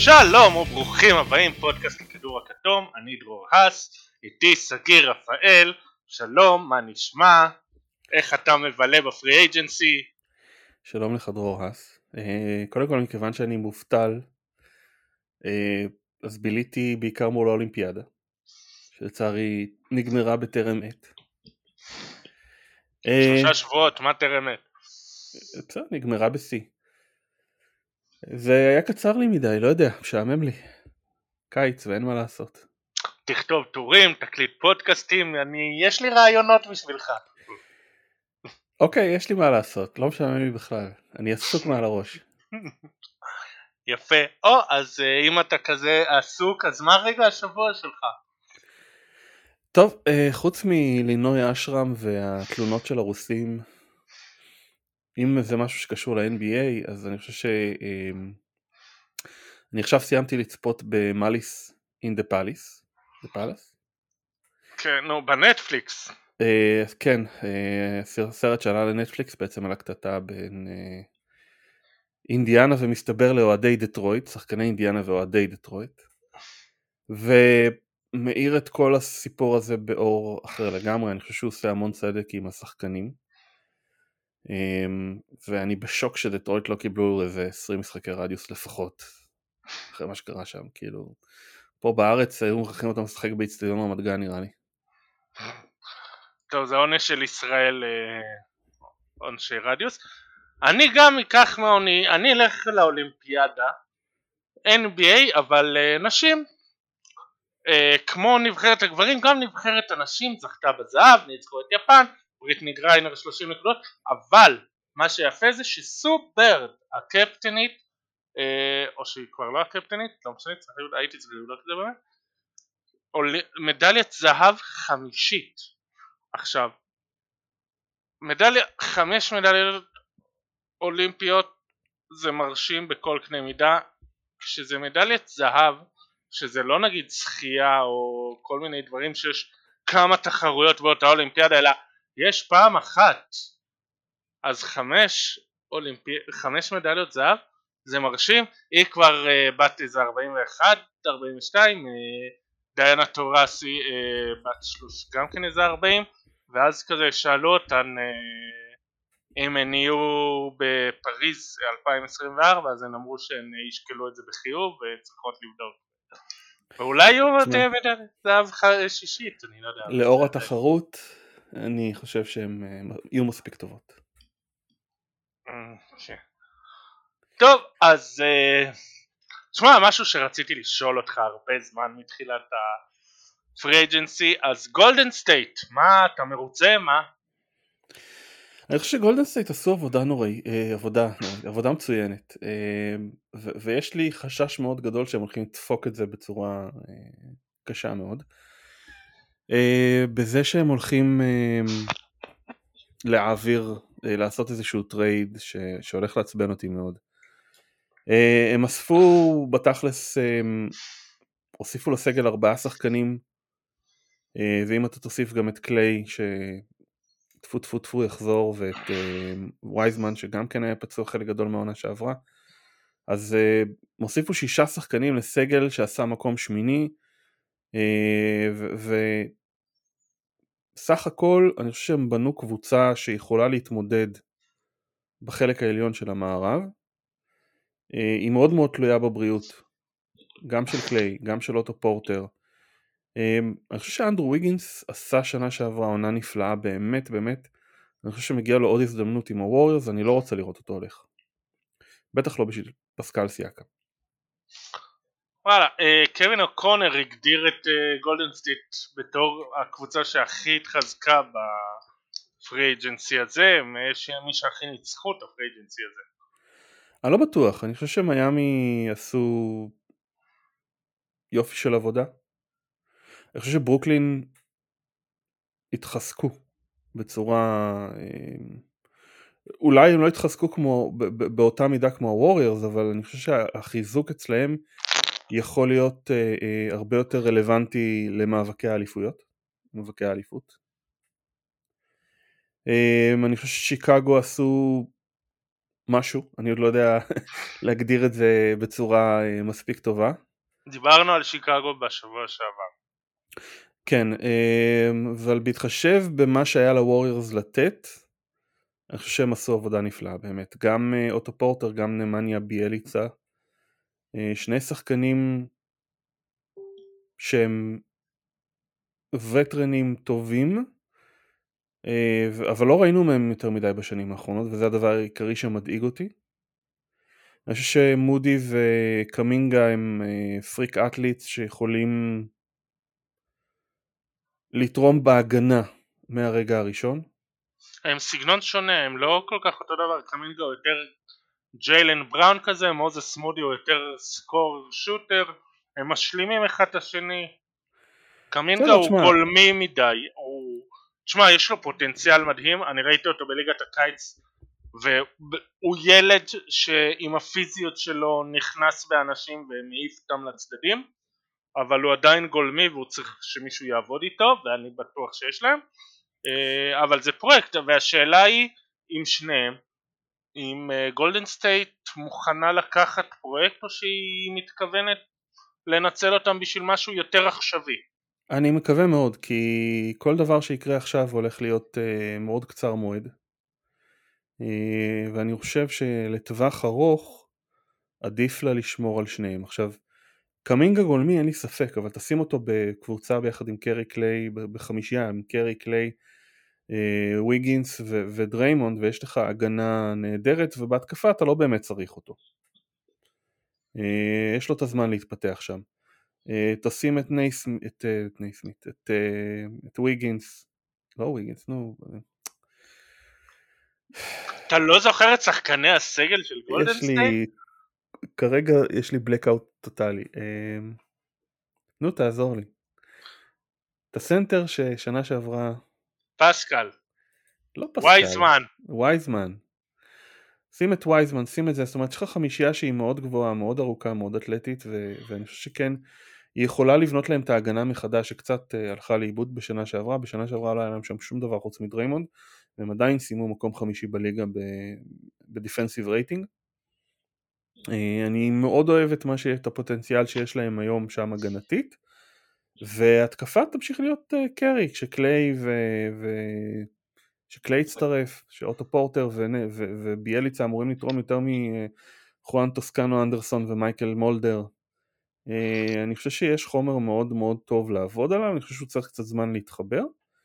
שלום וברוכים הבאים, פודקאסט הכדור הכתום, אני דרור האס, איתי סגיר רפאל. שלום, מה נשמע? איך אתה מבלה בפרי אייג'נסי? שלום לך דרור האס. קודם כל, מכיוון שאני מובטל, אז ביליתי בעיקר מול האולימפיאדה, שלצערי נגמרה בטרם עת. 3 שבועות, מה תרמת? בסדר, נגמרה בשיא. זה היה קצר לי מדי, לא יודע, משעמם לי. קיץ ואין מה לעשות. תכתוב טורים, תקליט פודקאסטים, יש לי רעיונות בשבילך. אוקיי, יש לי מה לעשות, לא משעמם לי בכלל. אני עסוק מעל הראש. יפה. אז אם אתה כזה עסוק, אז מה רגע השבוע שלך? טוב, חוץ מלינוי אשרם והתלונות של הרוסים, אם זה משהו שקשור ל-NBA, אז אני חושב אני עכשיו סיימתי לצפות במאליס in the palace. כן, נו, בנטפליקס. כן, סרט שעלה לנטפליקס בעצם על הקטטה בין אינדיאנה ומסתבר לאוהדי דטרויט, שחקני אינדיאנה ואוהדי דטרויט, ומאיר את כל הסיפור הזה באור אחר לגמרי. אני חושב שהוא עושה המון צדק עם השחקנים, ואני בשוק שדטרויט לא קיבלו איזה 20 משחקי רדיוס לפחות, אחרי מה שקרה שם. כאילו, פה בארץ היו מכריחים אותם לשחק באצטדיון רמת גן נראה לי. טוב, זה עונש של ישראל, עונשי רדיוס. אני גם אקח אני אלך לאולימפיאדה NBA, אבל נשים, כמו נבחרת הגברים, גם נבחרת הנשים זכתה בזהב, ניצחו את יפן, בריטני גריינר 30 נקודות, אבל מה שיפה זה שסו ברד הקפטנית, או שהיא כבר לא הקפטנית, לא משנה, הייתי צריך לבדוק את זה באמת, מדליית זהב 5. עכשיו, 5 מדליות אולימפיות זה מרשים בכל קנה מידה. כשזה מדליית זהב, שזה לא נגיד שחייה או כל מיני דברים שיש כמה תחרויות באותה אולימפיאדה, אלא יש פעם אחת, אז 5 מדליות זהב זה מרשים. היא כבר בת איזה 41, 42, דיינה טורסי בת 3 גם כן איזה 40, ואז כזה שאלו אותן אם הן יהיו בפריז 2024, אז הן אמרו שהן ישקלו את זה בחיוב וצריכות לבדוק, ואולי יהיו זהב שישית, אני לא יודע. לאור התחרות אני חושב שהן יהיו מספיק טובות. טוב, אז תשמע, משהו שרציתי לשאול אותך הרבה זמן מתחילת הפרי אייג'נסי, אז גולדן סטייט, מה אתה מרוצה? מה? אני חושב שגולדן סטייט עשו עבודה מצוינת, ויש לי חשש מאוד גדול שהם הולכים לדפוק את זה בצורה קשה מאוד, בזה שהם הולכים לעשות איזשהו טרייד שהולך לעצבן אותי מאוד. הם אספו בתכלס, הוסיפו לסגל 4 שחקנים, ואם אתה תוסיף גם את קליי טפו טפו טפו יחזור, ואת וייזמן שגם כן היה פצוע חלק גדול מהעונה שעברה, אז מוסיפו 6 שחקנים לסגל שעשה מקום 8, וסך הכל אני חושב שהם בנו קבוצה שיכולה להתמודד בחלק העליון של המערב. היא מאוד מאוד תלויה בבריאות, גם של קליי, גם של אוטו פורטר. אני חושב שאנדרו ויגינס עשה שנה שעברה עונה נפלאה, באמת באמת. אני חושב שמגיע לו עוד הזדמנות עם הווריורס, אני לא רוצה לראות אותו הולך, בטח לא בשביל פסקל סיאקה. וואלה, קווין אוקונר הגדיר את גולדן סטייט בתור הקבוצה שהכי התחזקה בפרי אייג'נסי הזה, מי שהכי ניצחו את הפרי אייג'נסי הזה. אני לא בטוח, אני חושב שמיימי עשו יופי של עבודה. אני חושב שברוקלין התחזקו בצורה, אולי הם לא התחזקו באותה מידה כמו הווריורס, אבל אני חושב שהחיזוק אצלהם יכול להיות הרבה יותר רלוונטי למאבקי האליפות. אני חושב ששיקגו עשו משהו, אני עוד לא יודע להגדיר את זה בצורה מספיק טובה. דיברנו על שיקגו בשבוע שעבר. כן, אבל בהתחשב במה שהיה לווריורס לתת, אני חושב שהם עשו עבודה נפלאה באמת. גם אוטו פורטר, גם נמניה ביאליצה, שני שחקנים שהם וטרנים טובים, אבל לא ראינו מהם יותר מדי בשנים האחרונות, וזה הדבר העיקרי שמדאיג אותי. אני חושב שמודי וקמינגה הם פריק אתליטס שיכולים לתרום בהגנה מהרגע הראשון. הם סגנון שונה, הם לא כל כך אותו דבר. קמינגה הוא יותר ג'יילן בראון כזה, מוזס מודי הוא יותר סקור שוטר, הם משלימים אחד את השני. קמינגה בסדר, הוא תשמע, גולמי מדי, תשמע, יש לו פוטנציאל מדהים, אני ראיתי אותו בליגת הקיץ והוא ילד שעם הפיזיות שלו נכנס באנשים ומעיף אותם לצדדים, אבל הוא עדיין גולמי והוא צריך שמישהו יעבוד איתו, ואני בטוח שיש להם. אבל זה פרויקט, והשאלה היא עם שניהם, אם גולדן סטייט מוכנה לקחת פרויקט או שהיא מתכוונת לנצל אותם בשביל משהו יותר עכשווי. אני מקווה מאוד, כי כל דבר שיקרה עכשיו הולך להיות מאוד קצר מועד, ואני חושב שלטווח ארוך עדיף לה לשמור על שניהם. עכשיו, קמינגה גולמי אין לי ספק, אבל תשים אותו בקבוצה ביחד עם קרי קליי, בחמישייה, עם קרי קליי, ויגינס ודריימונד, ויש לך הגנה נהדרת, ובהתקפה אתה לא באמת צריך אותו. יש לו את הזמן להתפתח שם. תשים את נייסמית, את ויגינס, לא ויגינס, נו. אתה לא זוכר את שחקני הסגל של גולדן סטייט? כרגע יש לי בלקאוט טוטלי. נו, תעזור לי. את הסנטר ששנה שעברה... פסקל. לא פסקל. וייזמן. שים את וייזמן, שים את זה, זאת אומרת, יש לך חמישייה שהיא מאוד גבוהה, מאוד ארוכה, מאוד אתלטית, ואני חושב שכן, היא יכולה לבנות להם את ההגנה מחדש, שקצת הלכה לאיבוד בשנה שעברה. בשנה שעברה לא היה להם שם שום דבר חוץ מדריימונד, והם עדיין סיימו מקום חמישי בליגה בדיפנסיב רייטינג. אני מאוד אוהב את הפוטנציאל שיש להם היום שם הגנתית, והתקפה תמשיך להיות קרי, שקליי יצטרף, שאוטו פורטר וביאליצה אמורים לתרום יותר מחואן טוסקנו אנדרסון ומייקל מולדר. אני חושב שיש חומר מאוד מאוד טוב לעבוד עליו, אני חושב שהוא צריך קצת זמן להתחבר.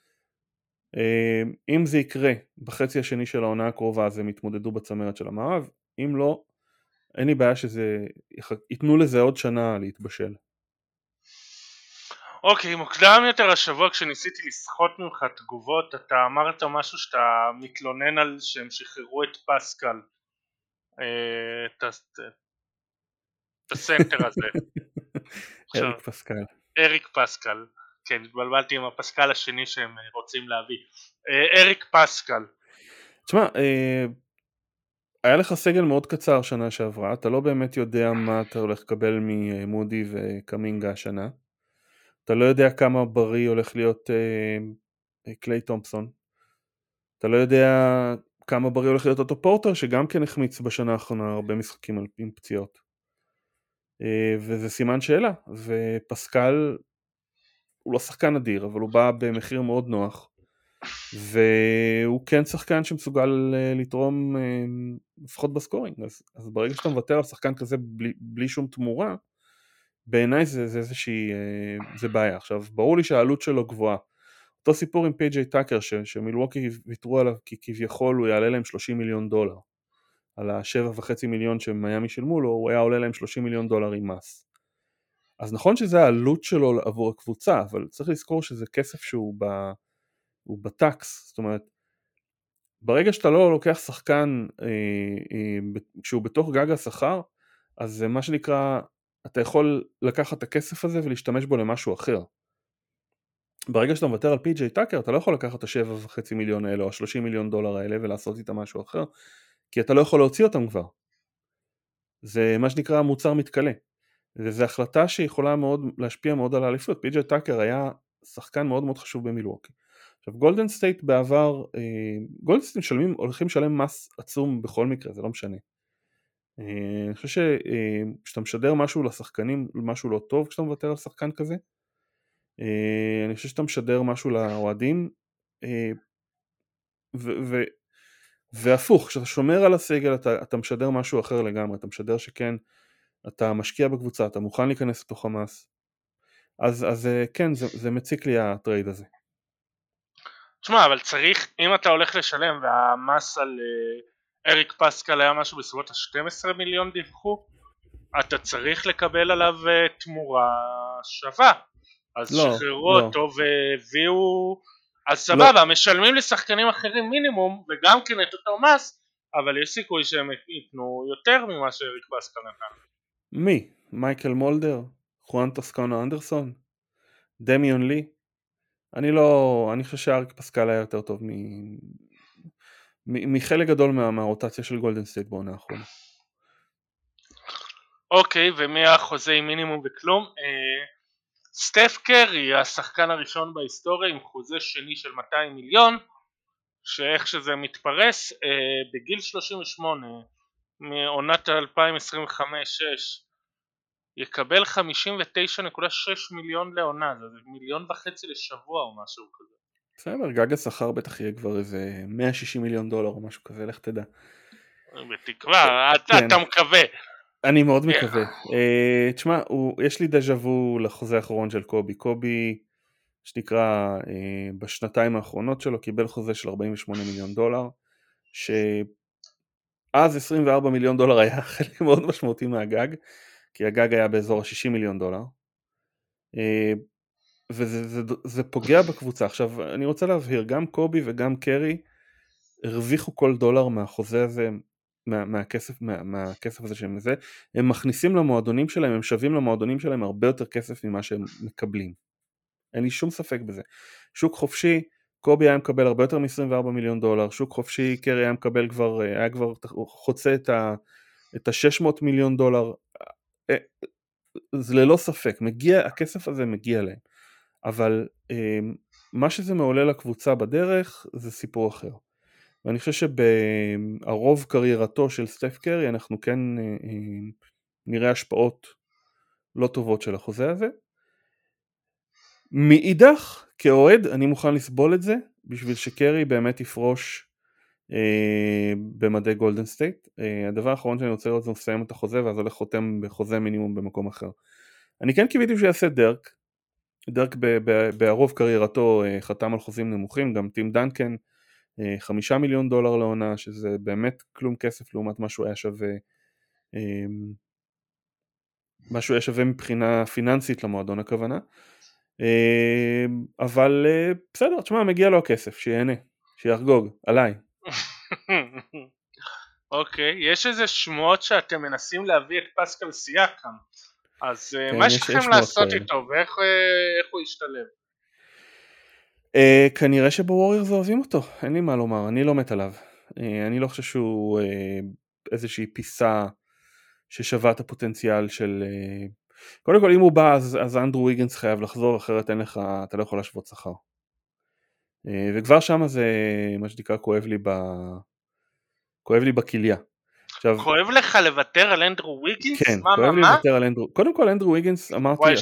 אם זה יקרה בחצי השני של העונה הקרובה, אז הם יתמודדו בצמרת של המערב. אם לא, אין לי בעיה ייתנו לזה עוד שנה להתבשל. אוקיי, מוקדם יותר השבוע כשניסיתי לסחוט ממך תגובות, אתה אמרת משהו שאתה מתלונן על שהם שחררו את פסקל, את הסנטר הזה. אריק פסקל. אריק פסקל, כן, התבלבלתי עם הפסקל השני שהם רוצים להביא. אריק פסקל. תשמע, היה לך סגל מאוד קצר שנה שעברה, אתה לא באמת יודע מה אתה הולך לקבל ממודי וקמינגה השנה. אתה לא יודע כמה בריא הולך להיות קליי תומפסון. אתה לא יודע כמה בריא הולך להיות אוטו פורטר, שגם כן החמיץ בשנה האחרונה הרבה משחקים עם פציעות. וזה סימן שאלה, ופסקל הוא לא שחקן אדיר, אבל הוא בא במחיר מאוד נוח, והוא כן שחקן שמסוגל לתרום לפחות בסקורינג, אז ברגע שאתה מוותר על שחקן כזה בלי שום תמורה, בעיניי זה איזושהי, זה בעיה. עכשיו, ברור לי שהעלות שלו גבוהה. אותו סיפור עם פי.ג'יי טאקר, שמילווקי ויתרו עליו כי כביכול הוא יעלה להם $30 מיליון. על ה7.5 מיליון שמיימי שילמו לו, הוא היה עולה להם $30 מיליון עם מס. אז נכון שזה העלות שלו עבור הקבוצה, אבל צריך לזכור שזה כסף שהוא בטקס. זאת אומרת, ברגע שאתה לא לוקח שחקן שהוא בתוך גג השכר, אז זה מה שנקרא, אתה יכול לקחת את הכסף הזה ולהשתמש בו למשהו אחר. ברגע שאתה מוותר על פי.ג'יי טאקר, אתה לא יכול לקחת את ה7.5 מיליון האלה או $30 מיליון האלה ולעשות איתם משהו אחר, כי אתה לא יכול להוציא אותם כבר. זה מה שנקרא מוצר מתכלה, וזו החלטה שיכולה מאוד להשפיע מאוד על האליפות. פי.ג'יי טאקר היה שחקן מאוד מאוד חשוב במילווקי. עכשיו גולדן סטייט בעבר, גולדן סטייט הולכים לשלם מס עצום בכל מקרה, זה לא משנה. אני חושב שכשאתה משדר משהו לשחקנים, משהו לא טוב כשאתה מוותר על שחקן כזה, אני חושב שאתה משדר משהו לאוהדים, והפוך, כשאתה שומר על הסגל אתה משדר משהו אחר לגמרי, אתה משדר שכן, אתה משקיע בקבוצה, אתה מוכן להיכנס לתוך המס, אז כן, זה מציק לי הטרייד הזה. תשמע, אבל צריך, אם אתה הולך לשלם והמס על אריק פסקל היה משהו בסביבות ה-12 מיליון דיווחו, אתה צריך לקבל עליו תמורה שווה, אז לא, שחררו לא. אותו והביאו, אז סבבה, משלמים לשחקנים אחרים מינימום וגם כן את אותו מס, אבל יש סיכוי שהם ייתנו יותר ממה שאריק פסקל נתן. מי? מייקל מולדר? חואן טוסקנו אנדרסון? דמיון לי? אני חושב שאריק פסקל היה יותר טוב מחלק גדול מהרוטציה של גולדן סטייט בעונה האחרונה. אוקיי, ומי החוזה עם מינימום וכלום? סטף קרי, השחקן הראשון בהיסטוריה עם חוזה שני של 200 מיליון, שאיך שזה מתפרס, בגיל 38 מעונת 2025-6 יקבל 59.6 מיליון לעונה, זה 1.5 מיליון לשבוע או משהו כזה. בסדר, גג השכר בטח יהיה כבר איזה 160 מיליון דולר או משהו כזה, לך תדע. בתקווה, אתה מקווה. אני מאוד מקווה. תשמע, יש לי דז'ה וו לחוזה האחרון של קובי, שנקרא בשנתיים האחרונות שלו, קיבל חוזה של 48 מיליון דולר, שאז 24 מיליון דולר היה חלק מאוד משמעותי מהגג, כי הגג היה באזור ה-60 מיליון דולר, וזה פוגע בקבוצה. עכשיו, אני רוצה להבהיר, גם קובי וגם קרי הרוויחו כל דולר מהחוזה הזה, מהכסף הזה שהם זה, הם מכניסים למועדונים שלהם, הם שווים למועדונים שלהם הרבה יותר כסף ממה שהם מקבלים. אין לי שום ספק בזה. שוק חופשי, קובי היה מקבל הרבה יותר מ-24 מיליון דולר, שוק חופשי, קרי היה מקבל היה כבר חוצה את ה-600 מיליון דולר, זה ללא ספק, הכסף הזה מגיע להם, אבל מה שזה מעולה לקבוצה בדרך, זה סיפור אחר. ואני חושב שהרוב קריירתו של סטף קרי, אנחנו כן נראה השפעות לא טובות של החוזה הזה. מאידך, כאוהד, אני מוכן לסבול את זה, בשביל שקרי באמת יפרוש במדי גולדן סטייט. הדבר האחרון שאני רוצה לראות זה לסיים את החוזה, ואז הולך חותם בחוזה מינימום במקום אחר. אני כן קיוויתי שיעשה דרק בערוב קריירתו חתם על חוזים נמוכים, גם טים דנקן, 5 מיליון דולר לעונה, שזה באמת כלום כסף לעומת משהו היה שווה מבחינה פיננסית למועדון הכוונה, אבל בסדר, תשמע, מגיע לו הכסף, שיהנה, שיחגוג, עליי. אוקיי, יש איזה שמועות שאתם מנסים להביא את פסקל סיאקם, אז מה יש לכם לעשות איתו ואיך הוא ישתלב? כנראה שבווריורס אוהבים אותו, אין לי מה לומר, אני לא מת עליו, אני לא חושב שהוא איזושהי פיסה ששווה את הפוטנציאל של, קודם כל אם הוא בא אז אנדרו ויגנס חייב לחזור, אחרת אתה לא יכול להשוות שכר, וכבר שם זה מה שנקרא כואב לי בכליה. כואב לך לוותר על אנדרו ויגנס? כן, כואב לי לוותר על אנדרו, קודם כל אנדרו ויגנס אמרתי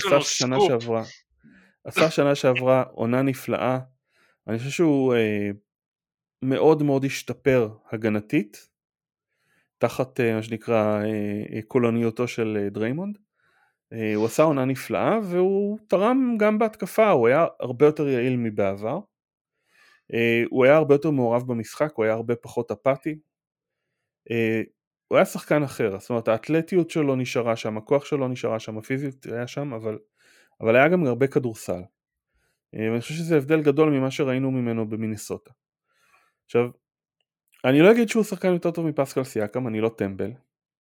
עשה שנה שעברה עונה נפלאה, אני חושב שהוא מאוד מאוד השתפר הגנתית, תחת מה שנקרא קולוניותו של דריימונד, הוא עשה עונה נפלאה והוא תרם גם בהתקפה, הוא היה הרבה יותר יעיל מבעבר, הוא היה הרבה יותר מעורב במשחק, הוא היה הרבה פחות אפאתי, הוא היה שחקן אחר, זאת אומרת האתלטיות שלו נשארה שם, הכוח שלו נשארה שם, הפיזיות היה שם, אבל היה גם הרבה כדורסל, ואני חושב שזה הבדל גדול ממה שראינו ממנו במינסוטה. עכשיו, אני לא אגיד שהוא שחקן יותר טוב מפסקל סיאקם, אני לא טמבל,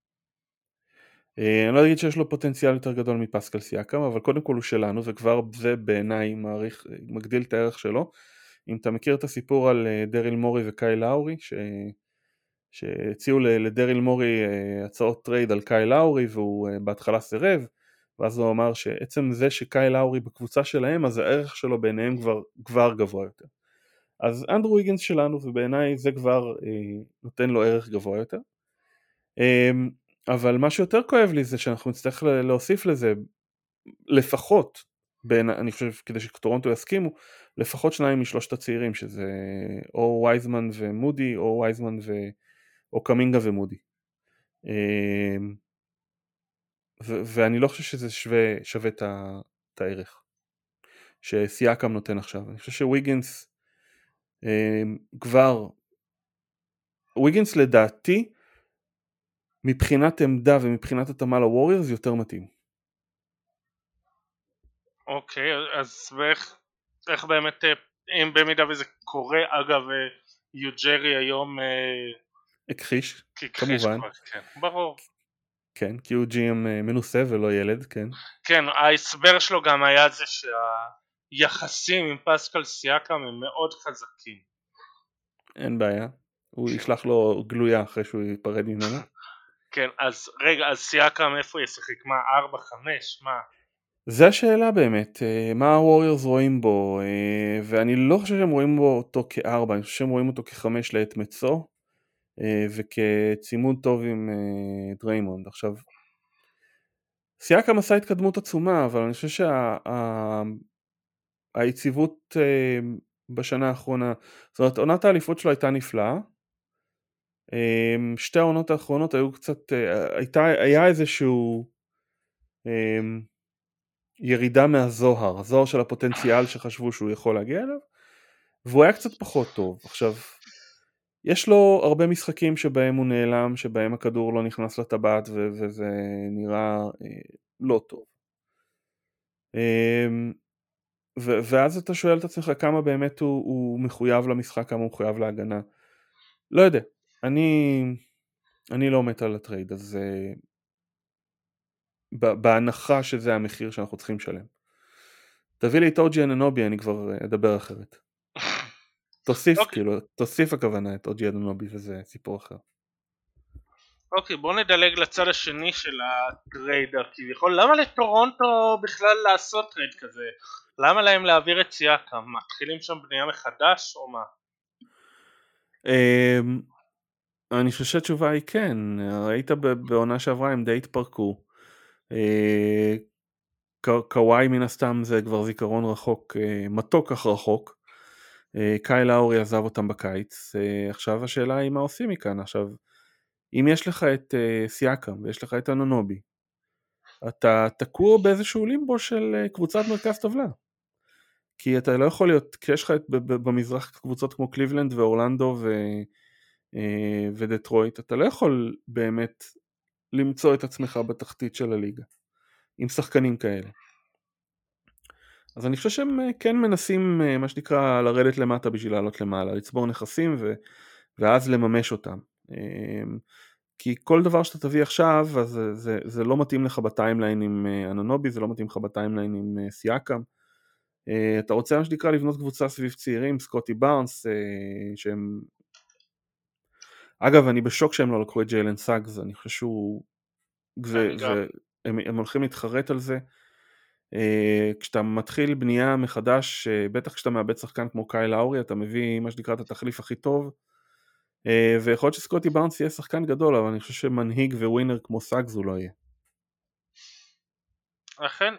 אני לא אגיד שיש לו פוטנציאל יותר גדול מפסקל סיאקם, אבל קודם כל הוא שלנו, וכבר זה בעיניי מגדיל את הערך שלו. אם אתה מכיר את הסיפור על דריל מורי וקאי לאורי, שהציעו לדריל מורי הצעות טרייד על קאי לאורי, והוא בהתחלה סירב, ואז הוא אמר שעצם זה שקאי לאורי בקבוצה שלהם, אז הערך שלו ביניהם כבר גבוה יותר. אז אנדרו ויגינס שלנו, ובעיניי זה כבר נותן לו ערך גבוה יותר. אבל מה שיותר כואב לי זה שאנחנו נצטרך להוסיף לזה לפחות, אני חושב כדי שטורונטו יסכימו, לפחות 2 משלושת הצעירים, שזה או וייזמן ומודי, או וייזמן או קמינגה ומודי. ואני לא חושב שזה שווה את הערך שסייקם נותן עכשיו. אני חושב שוויגינס כבר, וויגינס לדעתי מבחינת עמדה ומבחינת התאמה לווריורס יותר מתאים. אוקיי, אז איך באמת, אם במידה וזה קורה, אגב, יוג'רי היום הכחיש, הכחיש כמובן. כבר, כן, ברור. כן, כי הוא GM מנוסה ולא ילד, כן. כן, ההסבר שלו גם היה זה שהיחסים עם פסקל סייקם הם מאוד חזקים. אין בעיה, הוא ישלח לו גלויה אחרי שהוא ייפרד ממנו. כן, אז רגע, אז סייקם איפה ישחק? מה, 4-5? מה? זה השאלה באמת, מה הווריורס רואים בו, ואני לא חושב שהם רואים בו אותו כ4, אני חושב שהם רואים אותו כ5 לעת מצוא, וכצימוד טוב עם דריימונד. עכשיו, סייקם עשה התקדמות עצומה, אבל אני חושב שהיציבות בשנה האחרונה, זאת אומרת, עונת האליפות שלו הייתה נפלאה, שתי העונות האחרונות היו קצת, היה איזשהו ירידה מהזוהר, הזוהר של הפוטנציאל שחשבו שהוא יכול להגיע אליו, והוא היה קצת פחות טוב. עכשיו, יש לו הרבה משחקים שבהם הוא נעלם, שבהם הכדור לא נכנס לטבעת וזה נראה לא טוב. ואז אתה שואל את עצמך כמה באמת הוא מחויב למשחק, כמה הוא מחויב להגנה. לא יודע, אני לא מת על הטרייד, אז בהנחה שזה המחיר שאנחנו צריכים לשלם. תביא לי את אוג'י אננובי, אני כבר אדבר אחרת. תוסיף, כאילו, תוסיף הכוונה את אוג'י אננובי, וזה סיפור אחר. אוקיי, בוא נדלג לצד השני של הטריידר כביכול. למה לטורונטו בכלל לעשות טרייד כזה? למה להם להעביר את סייקם? מתחילים שם בנייה מחדש או מה? אני חושב שהתשובה היא כן. ראית בעונה שעברה הם די התפרקו. קוואי מן הסתם זה כבר זיכרון רחוק, מתוק אך רחוק. קאי לאורי עזב אותם בקיץ. עכשיו השאלה היא מה עושים מכאן. עכשיו, אם יש לך את סייקם ויש לך את אנונובי, אתה תקוע באיזשהו לימבו של קבוצת מרכז טבלה. כי אתה לא יכול להיות, כשיש לך במזרח קבוצות כמו קליבלנד ואורלנדו ודטרויט, אתה לא יכול באמת למצוא את עצמך בתחתית של הליגה, עם שחקנים כאלה. אז אני חושב שהם כן מנסים, מה שנקרא, לרדת למטה בשביל לעלות למעלה, לצבור נכסים ואז לממש אותם. כי כל דבר שאתה תביא עכשיו, אז זה לא מתאים לך בטיימליין עם אנונובי, זה לא מתאים לך בטיימליין עם סייקם. אתה רוצה מה שנקרא לבנות קבוצה סביב צעירים, סקוטי בארנס, שהם... אגב, אני בשוק שהם לא לקחו את ג'יילן סאגס, אני חושב שהוא... הם הולכים להתחרט על זה. כשאתה מתחיל בנייה מחדש, בטח כשאתה מאבד שחקן כמו קאי לאורי, אתה מביא מה שנקרא את התחליף הכי טוב, ויכול להיות שסקוטי בארנס יהיה שחקן גדול, אבל אני חושב שמנהיג וווינר כמו סאגס הוא לא יהיה. אכן,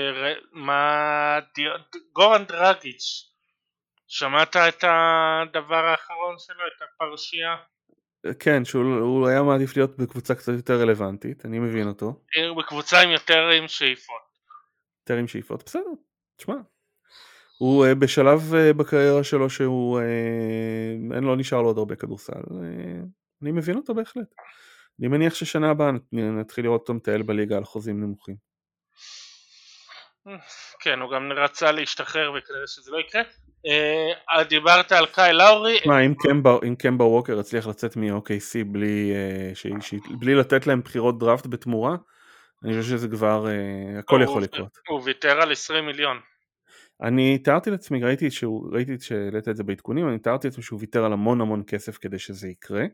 גורן דרגיץ', שמעת את הדבר האחרון שלו, את הפרשייה? כן, שהוא היה מעדיף להיות בקבוצה קצת יותר רלוונטית, אני מבין אותו. בקבוצה עם יותר עם שאיפות. יותר עם שאיפות, בסדר, תשמע. הוא בשלב בקריירה שלו שהוא לא נשאר לו עוד הרבה כדורסל. אני מבין אותו בהחלט. אני מניח ששנה הבאה נתחיל לראות אותו מטייל בליגה על חוזים נמוכים. כן, הוא גם רצה להשתחרר וכנראה שזה לא יקרה. דיברת על קאי לאורי. אם קמבה ווקר הצליח לצאת מ-OKC בלי לתת להם בחירות דראפט בתמורה, אני חושב שזה כבר הכל יכול לקרות. הוא ויתר על 20 מיליון. אני תיארתי לעצמי, ראיתי שהעלית את זה בעדכונים, אני תיארתי לעצמי שהוא ויתר על המון כסף כדי שזה יקרה.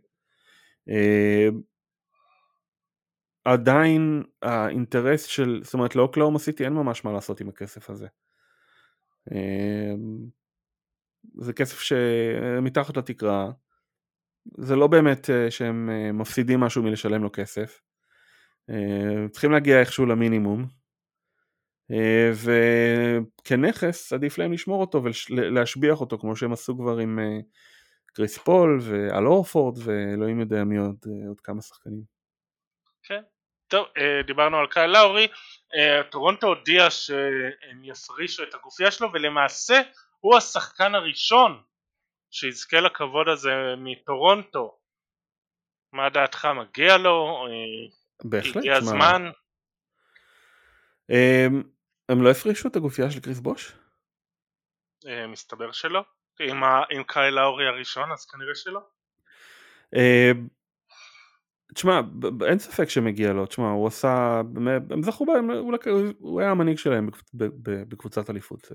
עדיין האינטרס של, זאת אומרת לאוקלהומה סיטי אין ממש מה לעשות עם הכסף הזה. זה כסף שמתחת לתקרה, זה לא באמת שהם מפסידים משהו מלשלם לו כסף, צריכים להגיע איכשהו למינימום, וכנכס עדיף להם לשמור אותו ולהשביח אותו, כמו שהם עשו כבר עם קריס פול ואל אורפורד ואלוהים יודע מי עוד כמה שחקנים. כן. טוב, דיברנו על קייל לאורי, טורונטו הודיע שהם יפרישו את הגופייה שלו, ולמעשה הוא השחקן הראשון שיזכה לכבוד הזה מטורונטו. מה דעתך, מגיע לו? בהחלט, הגיע הזמן? הם לא הפרישו את הגופייה של קריס בוש? מסתבר שלא. עם קייל לאורי הראשון אז כנראה שלא. תשמע, אין ספק שמגיע לו, תשמע, הוא עשה, הם זכו בהם, הוא היה המנהיג שלהם בקבוצת אליפות.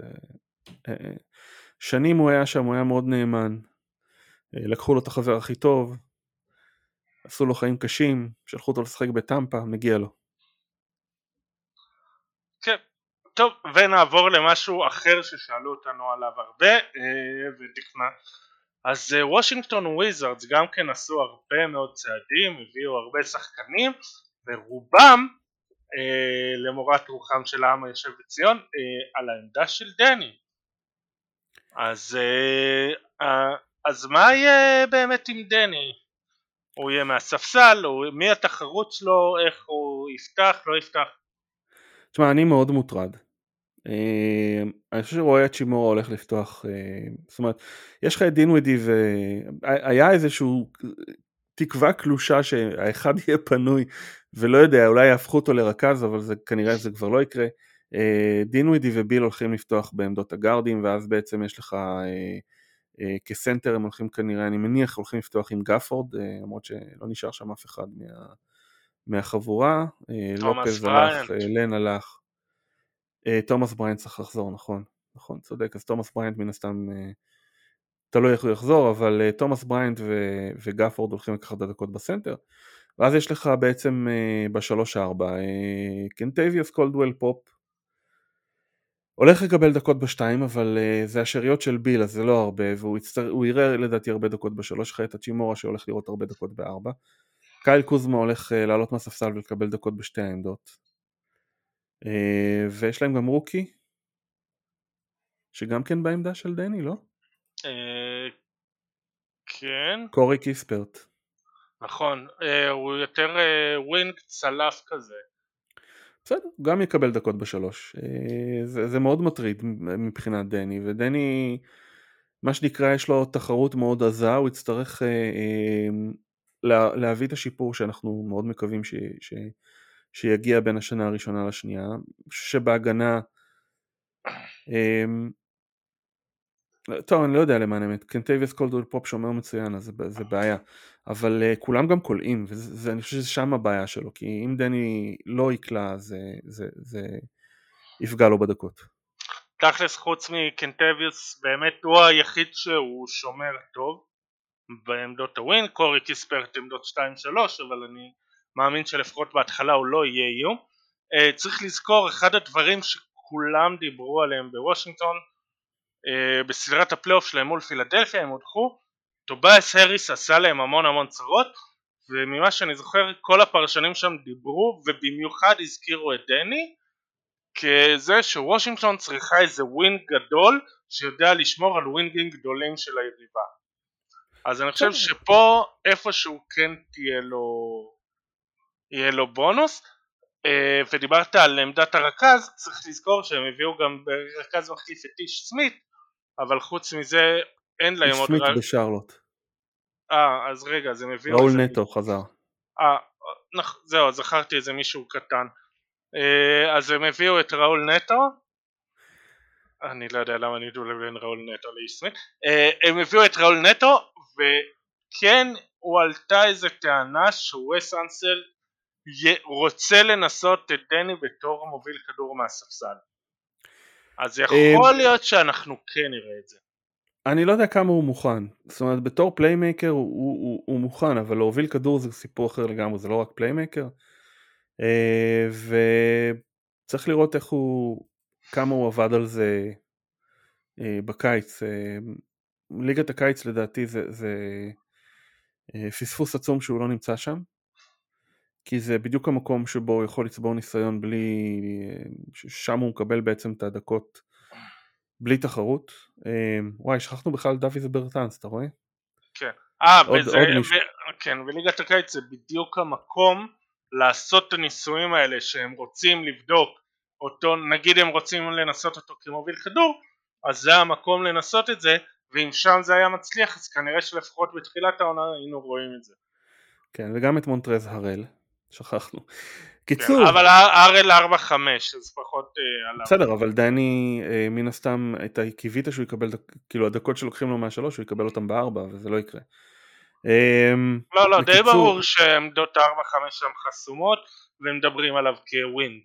שנים הוא היה שם, הוא היה מאוד נאמן, לקחו לו את החבר הכי טוב, עשו לו חיים קשים, שלחו אותו לשחק בטמפה, מגיע לו. כן, טוב, ונעבור למשהו אחר ששאלו אותנו עליו הרבה, ודקנה. אז וושינגטון וויזרדס גם כן עשו הרבה מאוד צעדים, הביאו הרבה שחקנים, ורובם, למורת רוחם של העם היושב בציון, על העמדה של דני. אז מה יהיה באמת עם דני? הוא יהיה מהספסל, מי התחרות שלו, איך הוא יפתח, לא יפתח? תשמע, אני מאוד מוטרד. אני חושב שרואה את שימורה הולך לפתוח, זאת אומרת, יש לך את דינווידי, והיה איזשהו תקווה קלושה שהאחד יהיה פנוי, ולא יודע, אולי יהפכו אותו לרכז, אבל כנראה זה כבר לא יקרה. דינווידי וביל הולכים לפתוח בעמדות הגארדים, ואז בעצם יש לך כסנטר, הם הולכים כנראה, אני מניח, הולכים לפתוח עם גפורד, למרות שלא נשאר שם אף אחד מהחבורה. לופז הלך, לן הלך, תומאס בריינט צריך לחזור, נכון, צודק, אז תומאס בריינט מן הסתם, תלוי איך הוא יחזור, אבל תומאס בריינט וגפורד הולכים לקחת את הדקות בסנטר, ואז יש לך בעצם ב3-4, קנטייביוס קולדוול פופ, הולך לקבל דקות בשתיים, אבל זה השאריות של ביל, אז זה לא הרבה, והוא יראה לדעתי הרבה דקות בשלוש, חייט הצ'ימורה שהולך לראות הרבה דקות ב4, קייל קוזמה הולך לעלות מהספסל ולקבל דקות בשתי העמדות, ויש להם גם רוקי, שגם כן בעמדה של דני, לא? כן. קורי קיספרט. נכון, הוא יותר ווינג צלף כזה. בסדר, הוא גם יקבל דקות בשלוש. זה מאוד מטריד מבחינת דני, ודני, מה שנקרא, יש לו תחרות מאוד עזה, הוא יצטרך להביא את השיפור שאנחנו מאוד מקווים שיגיע בין השנה הראשונה לשנייה, שבהגנה, טוב, אני לא יודע למען האמת, קנטייביוס קולדוול פופ שומר מצוין, אז זה בעיה, אבל כולם גם קולעים, ואני חושב שזה שם הבעיה שלו, כי אם דני לא יקלע, זה יפגע לו בדקות. תכלס חוץ מקנטייביוס, באמת הוא היחיד שהוא שומר טוב בעמדות הווין, קורי קיספרט עמדות 2-3, אבל אני מאמין שלפחות בהתחלה הוא לא יהיה איום. צריך לזכור, אחד הדברים שכולם דיברו עליהם בוושינגטון, בסדרת הפלייאוף שלהם מול פילדלפיה, הם הודחו, טובייס הריס עשה להם המון צרות, וממה שאני זוכר כל הפרשנים שם דיברו ובמיוחד הזכירו את דני כזה שוושינגטון צריכה איזה ווינג גדול שיודע לשמור על ווינגים גדולים של היריבה. אז אני חושב שפה איפשהו כן יהיה לו בונוס. ודיברת על עמדת הרכז, צריך לזכור שהם הביאו גם ברכז מחליף את איש סמית, אבל חוץ מזה אין להם עוד... איש סמית בשרלוט. אז רגע, אז הם הביאו... ראול נטו חזר. זהו, זכרתי איזה מישהו קטן. אז הם הביאו את ראול נטו, אני לא יודע למה אני דו לבין ראול נטו לאיש סמית. הם הביאו את ראול נטו, וכן הועלתה איזה טענה שווסט אנסל רוצה לנסות את דני בתור מוביל כדור מהספסל. אז יכול להיות שאנחנו כן נראה את זה. אני לא יודע כמה הוא מוכן, זאת אומרת בתור פליימייקר הוא מוכן, אבל להוביל כדור זה סיפור אחר לגמרי, זה לא רק פליימייקר, וצריך לראות כמה הוא עבד על זה בקיץ, ליגת הקיץ לדעתי זה פספוס עצום שהוא לא נמצא שם, כי זה בדיוק המקום שבו הוא יכול לצבור ניסיון בלי, שם הוא מקבל בעצם את הדקות בלי תחרות. וואי, שכחנו בכלל דויד ברטנס, אתה רואה? כן. עוד מישהו. כן, וליגת הקיץ זה בדיוק המקום לעשות את הניסויים האלה שהם רוצים לבדוק אותו, נגיד הם רוצים לנסות אותו כמוביל כדור, אז זה המקום לנסות את זה, ואם שם זה היה מצליח אז כנראה שלפחות בתחילת העונה היינו רואים את זה. כן, וגם את מונטרז הראל, שכחנו. כן, קיצור. אבל RL 4-5 אז פחות עליו. בסדר, אבל דני מן הסתם, אתה קיווית שהוא יקבל, כאילו הדקות שלוקחים לו מהשלוש, הוא יקבל אותם בארבע, וזה לא יקרה. לא, די ברור שעמדות 4-5 שם חסומות, והם מדברים עליו כווינד.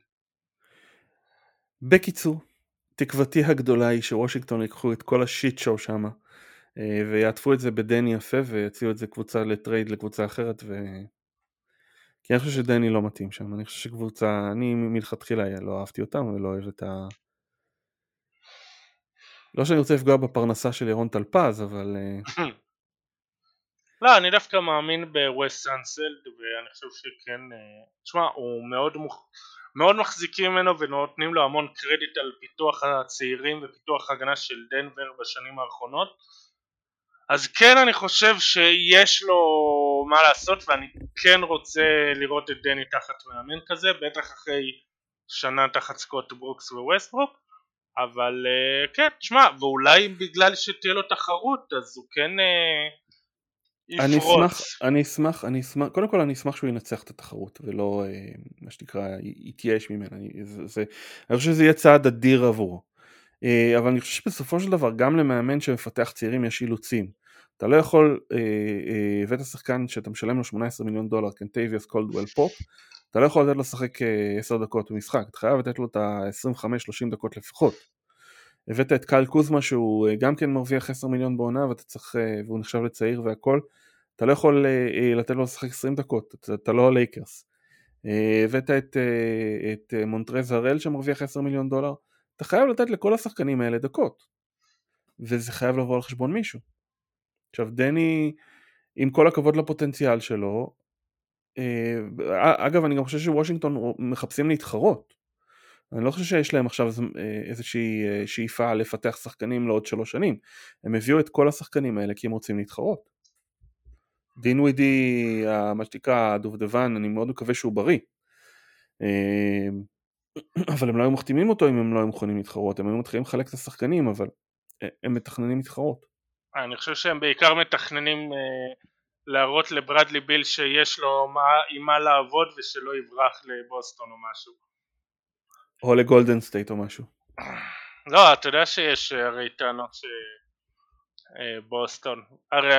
בקיצור, תקוותי הגדולה היא שוושינגטון ייקחו את כל השיט שואו שם, ויעטפו את זה בדני יפה, ויציעו את זה קבוצה לטרייד לקבוצה אחרת, כי אני חושב שדני לא מתאים שם, אני חושב שקבוצה, אני מלכתחילה לא אהבתי אותם, ולא אוהב את לא שאני רוצה לפגוע בפרנסה של ירון טלפז, אבל לא, אני דווקא מאמין בווסט סאנסלד, ואני חושב שכן, תשמע, הוא מאוד מחזיקים ממנו ונותנים לו המון קרדיט על פיתוח הצעירים ופיתוח ההגנה של דנבר בשנים האחרונות, אז כן אני חושב שיש לו מה לעשות, ואני כן רוצה לראות את דני תחת מאמן כזה, בטח אחרי שנה תחת סקוט ברוקס וווסטברוק, אבל כן, תשמע, ואולי בגלל שתהיה לו תחרות אז הוא כן יפרוץ. אני אשמח, קודם כל אני אשמח שהוא ינצח את התחרות ולא מה שנקרא יתייאש ממנה, אני חושב שזה יהיה צעד אדיר עבורו, אבל אני חושב שבסופו של דבר גם למאמן שמפתח צעירים יש אילוצים, אתה לא יכול, הבאת השחקן שאתה משלם לו $18 מיליון, קנטייביוס קולדוול פופ, אתה לא יכול לתת לו לשחק 10 דקות במשחק, אתה חייב לתת לו את ה-25-30 דקות לפחות. הבאת את קייל קוזמה שהוא גם כן מרוויח 10 מיליון בעונה, והוא נחשב לצעיר והכל, אתה לא יכול לתת לו לשחק 20 דקות, אתה לא לייקרס. הבאת את מונטרז הראל שמרוויח 10 מיליון דולר, אתה חייב לתת לכל השחקנים האלה דקות, וזה חייב לבוא על חשבון מישהו. עכשיו דני, עם כל הכבוד לפוטנציאל שלו, אגב אני גם חושב שוושינגטון מחפשים להתחרות, אני לא חושב שיש להם עכשיו איזושהי שאיפה לפתח שחקנים לעוד 3 שנים, הם הביאו את כל השחקנים האלה כי הם רוצים להתחרות. דין ווידי, מה שתקרא הדובדבן, אני מאוד מקווה שהוא בריא, אבל הם לא היו מחתימים אותו אם הם לא היו מוכנים להתחרות, הם היו מתחילים לחלק את השחקנים, אבל הם מתכננים להתחרות. אני חושב שהם בעיקר מתכננים להראות לברדלי ביל שיש לו עם מה לעבוד ושלא יברח לבוסטון או משהו. או לגולדן סטייט או משהו. לא, אתה יודע שיש הרי טענות שבוסטון, הרי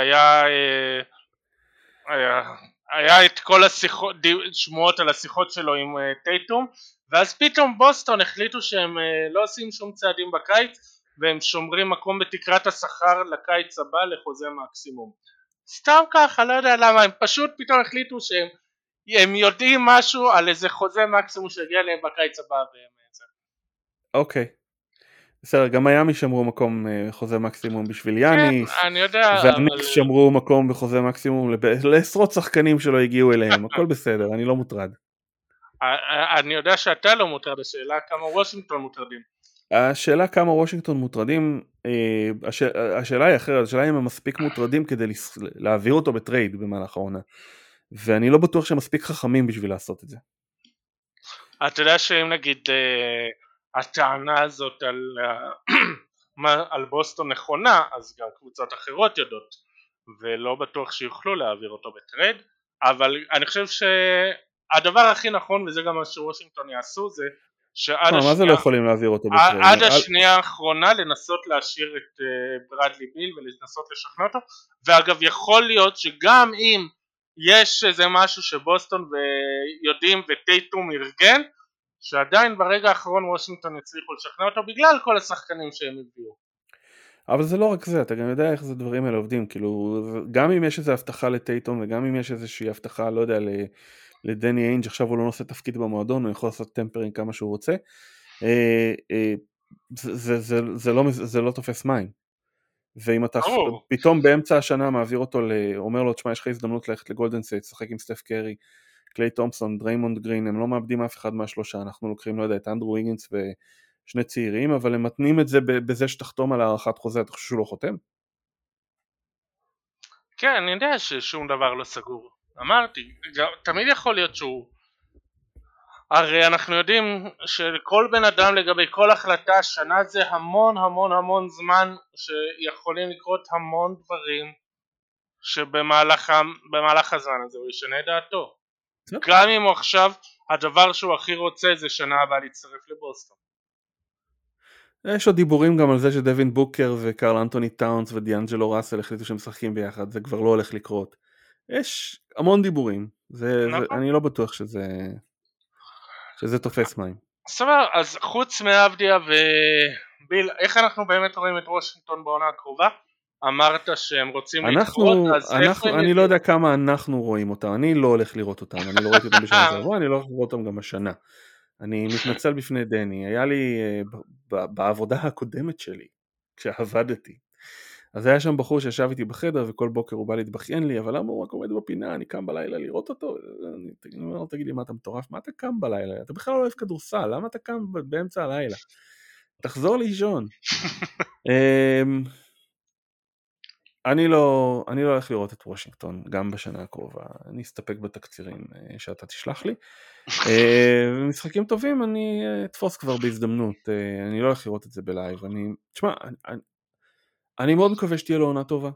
היה את כל השיחות, שמועות על השיחות שלו עם טייטום, ואז פתאום בוסטון החליטו שהם לא עושים שום צעדים בקיץ, והם שומרים מקום בתקרת השכר לקיץ הבא לחוזה מקסימום. סתם ככה, לא יודע למה, הם פשוט פתאום החליטו שהם יודעים משהו על איזה חוזה מקסימום שהגיע להם בקיץ הבא. אוקיי. בסדר, גם מיאמי שמרו מקום בחוזה מקסימום בשביל יאניס, כן, אני יודע, והניקס שמרו מקום בחוזה מקסימום לעשרות שחקנים שלא הגיעו אליהם, הכל בסדר, אני לא מוטרד. אני יודע שאתה לא מוטרד, השאלה כמה וושינגטון מוטרדים. השאלה כמה וושינגטון מוטרדים, השאלה היא אחרת, השאלה אם הם מספיק מוטרדים כדי להעביר אותו בטרייד במהלך העונה, ואני לא בטוח שהם מספיק חכמים בשביל לעשות את זה. אתה יודע שאם נגיד הטענה הזאת על בוסטון נכונה, אז גם קבוצות אחרות יודעות, ולא בטוח שיוכלו להעביר אותו בטרייד, אבל אני חושב שהדבר הכי נכון, וזה גם מה שוושינגטון יעשו, זה שעד מה זה לא יכולים להעביר אותו בטרייד? עד השנייה האחרונה לנסות להשאיר את ברדלי ביל ולנסות לשכנע אותו, ואגב יכול להיות שגם אם יש איזה משהו שבוסטון ויודעים וטייטום ארגן, שעדיין ברגע האחרון וושינגטון הצליחו לשכנע אותו בגלל כל השחקנים שהם הביאו. אבל זה לא רק זה, אתה גם יודע איך זה דברים האלה עובדים, כאילו גם אם יש איזו הבטחה לטייטום וגם אם יש איזושהי הבטחה, לא יודע, לדני איינג' עכשיו הוא לא נושא תפקיד במועדון, הוא יכול לעשות טמפרינג כמה שהוא רוצה, זה לא תופס מים. ואם אתה פתאום באמצע השנה מעביר אותו, אומר לו, תשמע, יש לך הזדמנות ללכת לגולדן סטייט, לשחק עם סטף קרי, קליי תומפסון, דריימונד גרין, הם לא מאבדים אף אחד מהשלושה, אנחנו לוקחים, לא יודע, את אנדרו ויגינס ושני צעירים, אבל הם מתנים את זה בזה שתחתום על הארכת חוזה, אתה חושב שהוא לא חותם? כן, אני יודע ששום דבר לא סגור. אמרתי, תמיד יכול להיות שהוא... הרי אנחנו יודעים שכל בן אדם לגבי כל החלטה, שנה זה המון המון המון זמן שיכולים לקרות המון דברים שבמהלך הזמן הזה הוא ישנה דעתו. גם אם עכשיו הדבר שהוא הכי רוצה זה שנה הבאה להצטרף לבוסטון. יש עוד דיבורים גם על זה שדווין בוקר וקרל אנטוני טאונס ודיאנג'לו ראסל החליטו שהם משחקים ביחד, זה כבר לא הולך לקרות. יש המון דיבורים, אני לא בטוח שזה תופס מים. סבבה, אז חוץ מאבדיה וביל, איך אנחנו באמת רואים את וושינגטון בעונה הקרובה? אמרת שהם רוצים להתחרות, אז איך הם... אני לא יודע כמה אנחנו רואים אותם, אני לא הולך לראות אותם, אני לא ראיתי אותם בשנה שעברה, אני לא הולך לראות אותם גם השנה. אני מתנצל בפני דני, היה לי בעבודה הקודמת שלי, כשעבדתי, אז היה שם בחור שישב איתי בחדר וכל בוקר הוא בא להתבכיין לי, אבל למה הוא רק עומד בפינה, אני קם בלילה לראות אותו, אני אומר, תגיד לי מה אתה מטורף, מה אתה קם בלילה, אתה בכלל לא אוהב כדורסל, למה אתה קם באמצע הלילה, תחזור לישון. אני לא הולך לראות את וושינגטון גם בשנה הקרובה, אני אסתפק בתקצירים שאתה תשלח לי, משחקים טובים אני אתפוס כבר בהזדמנות, אני לא הולך לראות את זה בלייב, תשמע, אני מאוד מקווה שתהיה לו עונה טובה,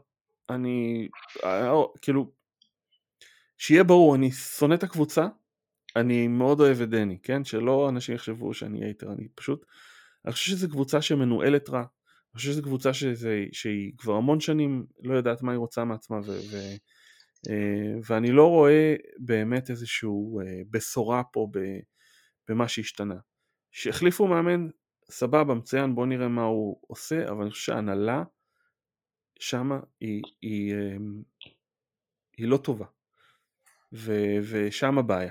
כאילו, שיהיה ברור, אני שונא את הקבוצה, אני מאוד אוהב את דני, כן, שלא אנשים יחשבו שאני הייטר, אני חושב שזו קבוצה שמנוהלת רע, אני חושב שזו קבוצה שהיא כבר המון שנים לא יודעת מה היא רוצה מעצמה, ואני לא רואה באמת איזשהו בשורה פה במה שהשתנה. שהחליפו מאמן, סבבה, מצוין, בוא נראה מה הוא עושה, אבל אני חושב שההנהלה שמה היא לא טובה, ושם הבעיה.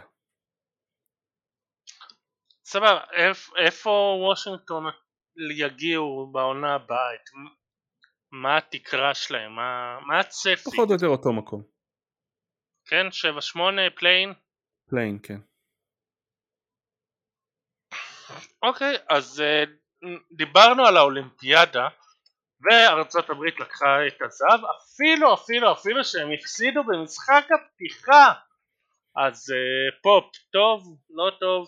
סבבה, איפה וושינגטון יגיעו בעונה הבאה? מה התקרה שלהם? מה הצפי? פחות או יותר אותו מקום. כן, 7-8, פליין? פליין, כן. אוקיי, אז דיברנו על האולימפיאדה, וארצות הברית לקחה את הזהב, אפילו שהם הפסידו במשחק הפתיחה. אז פופ, טוב, לא טוב?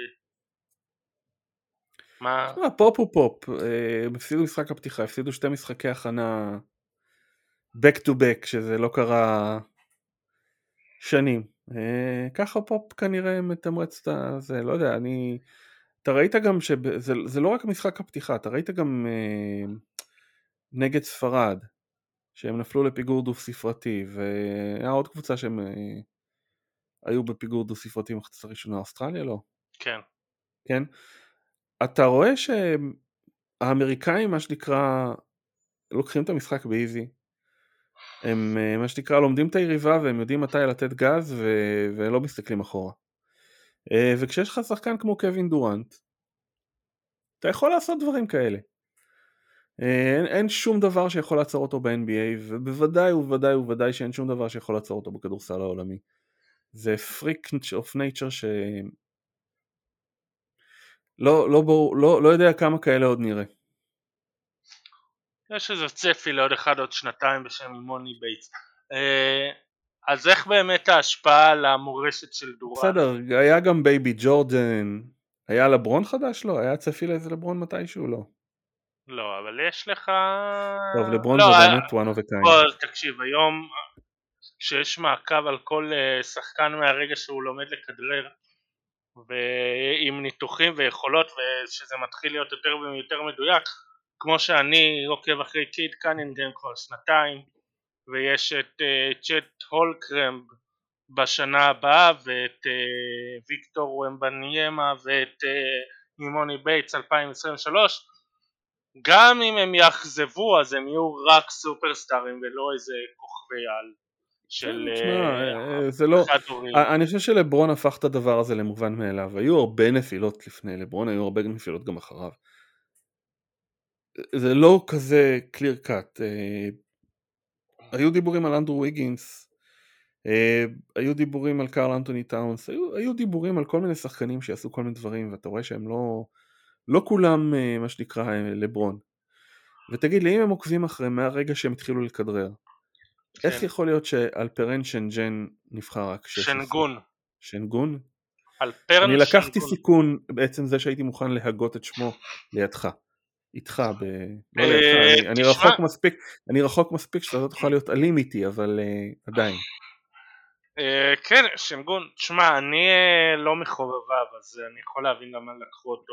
מה? פופ הוא פופ, הם הפסידו משחק הפתיחה, הפסידו 2 משחקי הכנה back to back, שזה לא קרה שנים. ככה פופ כנראה מתמרץ את זה, לא יודע, אתה ראית גם שזה לא רק משחק הפתיחה, אתה ראית גם נגד ספרד, שהם נפלו לפיגור דו ספרתי, והיה עוד קבוצה שהם היו בפיגור דו ספרתי מחצית הראשונה, אוסטרליה לא? כן. כן? אתה רואה שהאמריקאים, מה שנקרא, לוקחים את המשחק באיזי, הם מה שנקרא לומדים את היריבה, והם יודעים מתי לתת גז, ולא מסתכלים אחורה. וכשיש לך שחקן כמו קווין דורנט, אתה יכול לעשות דברים כאלה. אין שום דבר שיכול לעצור אותו ב-NBA, ובוודאי שאין שום דבר שיכול לעצור אותו בכדורסל העולמי. זה freak of nature לא יודע כמה כאלה עוד נראה. יש איזה צפי לעוד אחד עוד שנתיים בשם מוני בייטס. אז איך באמת ההשפעה על המורשת של דורנט? בסדר, היה גם בייבי ג'ורדן, היה לברון חדש? לא, היה צפי לאיזה לברון מתישהו? לא. לא, אבל יש לך... טוב, לברון זה באמת one of a kind. בוא, תקשיב, היום כשיש מעקב על כל שחקן מהרגע שהוא לומד לכדרר, ועם ניתוחים ויכולות, ושזה מתחיל להיות יותר ויותר מדויק, כמו שאני עוקב אחרי קיד קנינגהם כבר שנתיים, ויש את צ'ט הולקרמב בשנה הבאה, ואת ויקטור ומבניימה, ואת מוני בייטס 2023, גם אם הם יאכזבו אז הם יהיו רק סופרסטארים ולא איזה כוכבי על של אני חושב שלברון הפך את הדבר הזה למובן מאליו, היו הרבה נפילות לפני לברון, היו הרבה נפילות גם אחריו. זה לא כזה קליר קאט. היו דיבורים על אנדרו ויגינס, היו דיבורים על קארל אנטוני טאונס, היו דיבורים על כל מיני שחקנים שיעשו כל מיני דברים, ואתה רואה שהם לא כולם מה שנקרא לברון. ותגיד לי, אם הם עוקבים אחרי מהרגע שהם התחילו לכדרר, איך כן. יכול להיות שאלפרן שנג'ן נבחר רק 16? שנגון. שנגון? אלפרן אני לקחתי שנגון. סיכון בעצם זה שהייתי מוכן להגות את שמו לידך. איתך, לא לידך, אני רחוק מספיק שאתה לא תוכל להיות אלים איתי, אבל עדיין. כן, שנגון, תשמע, אני לא מחובביו, אז אני יכול להבין למה לקחו אותו.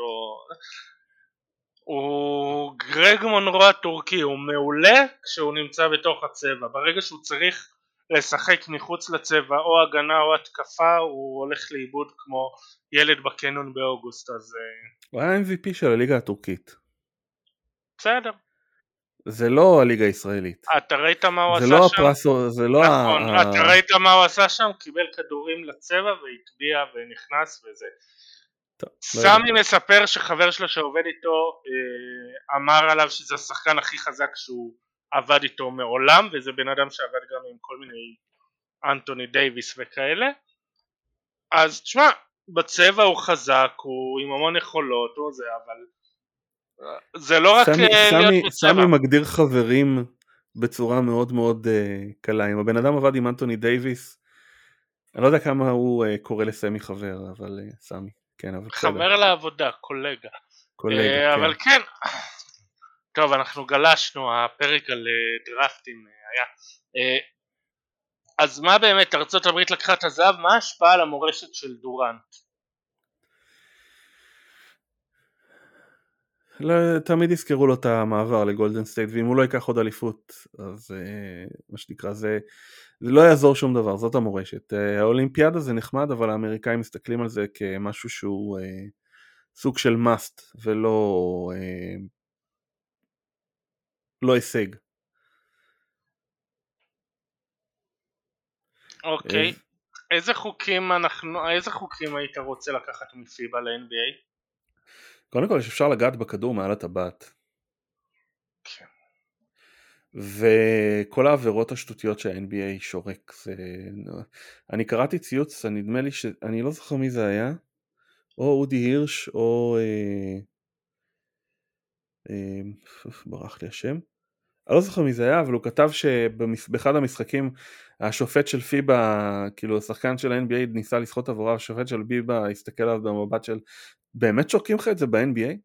הוא גרג מונרו הטורקי, הוא מעולה כשהוא נמצא בתוך הצבע, ברגע שהוא צריך לשחק מחוץ לצבע או הגנה או התקפה הוא הולך לאיבוד כמו ילד בקנון באוגוסט, אז הוא היה MVP של הליגה הטורקית. בסדר. זה לא הליגה הישראלית. אתה ראית מה הוא זה עשה לא שם? הפרסו, זה לא נכון, אתה ראית מה הוא עשה שם? קיבל כדורים לצבע והטביע ונכנס וזה. סמי מספר שחבר שלו שעובד איתו אמר עליו שזה השחקן הכי חזק שהוא עבד איתו מעולם, וזה בן אדם שעבד גם עם כל מיני אנטוני דייביס וכאלה. אז תשמע, בצבע הוא חזק, הוא עם המון יכולות, הוא זה, אבל זה לא רק להיות בצבע. סמי מגדיר חברים בצורה מאוד מאוד קלה. אם הבן אדם עבד עם אנטוני דייביס, אני לא יודע כמה הוא קורא לסמי חבר, אבל סמי, כן, אבל בסדר. חבר לעבודה, קולגה. קולגה, אבל כן. טוב, אנחנו גלשנו, הפרק על דרפטים היה. אז מה באמת, ארצות הברית לקחה את הזהב, מה ההשפעה על המורשת של דורנט? תמיד יזכרו לו את המעבר לגולדן סטייט, ואם הוא לא ייקח עוד אליפות, אז מה שנקרא, זה לא יעזור שום דבר, זאת המורשת. האולימפיאדה זה נחמד, אבל האמריקאים מסתכלים על זה כמשהו שהוא סוג של must, ולא לא הישג. אוקיי, איזה חוקים היית רוצה לקחת מפיבה ל-NBA? קודם כל שאפשר לגעת בכדור מעל הטבעת. כן. וכל העבירות השטותיות שה-NBA שורק, אני קראתי ציוץ, נדמה לי שאני לא זוכר מי זה היה, או אודי הירש, או ברח לי השם, אני לא זוכר מי זה היה, אבל הוא כתב שבאחד המשחקים השופט של פיבה, כאילו השחקן של ה-NBA ניסה לשחוט עבורה, השופט של פיבה הסתכל עליו במבט של, באמת שורקים לך את זה ב-NBA?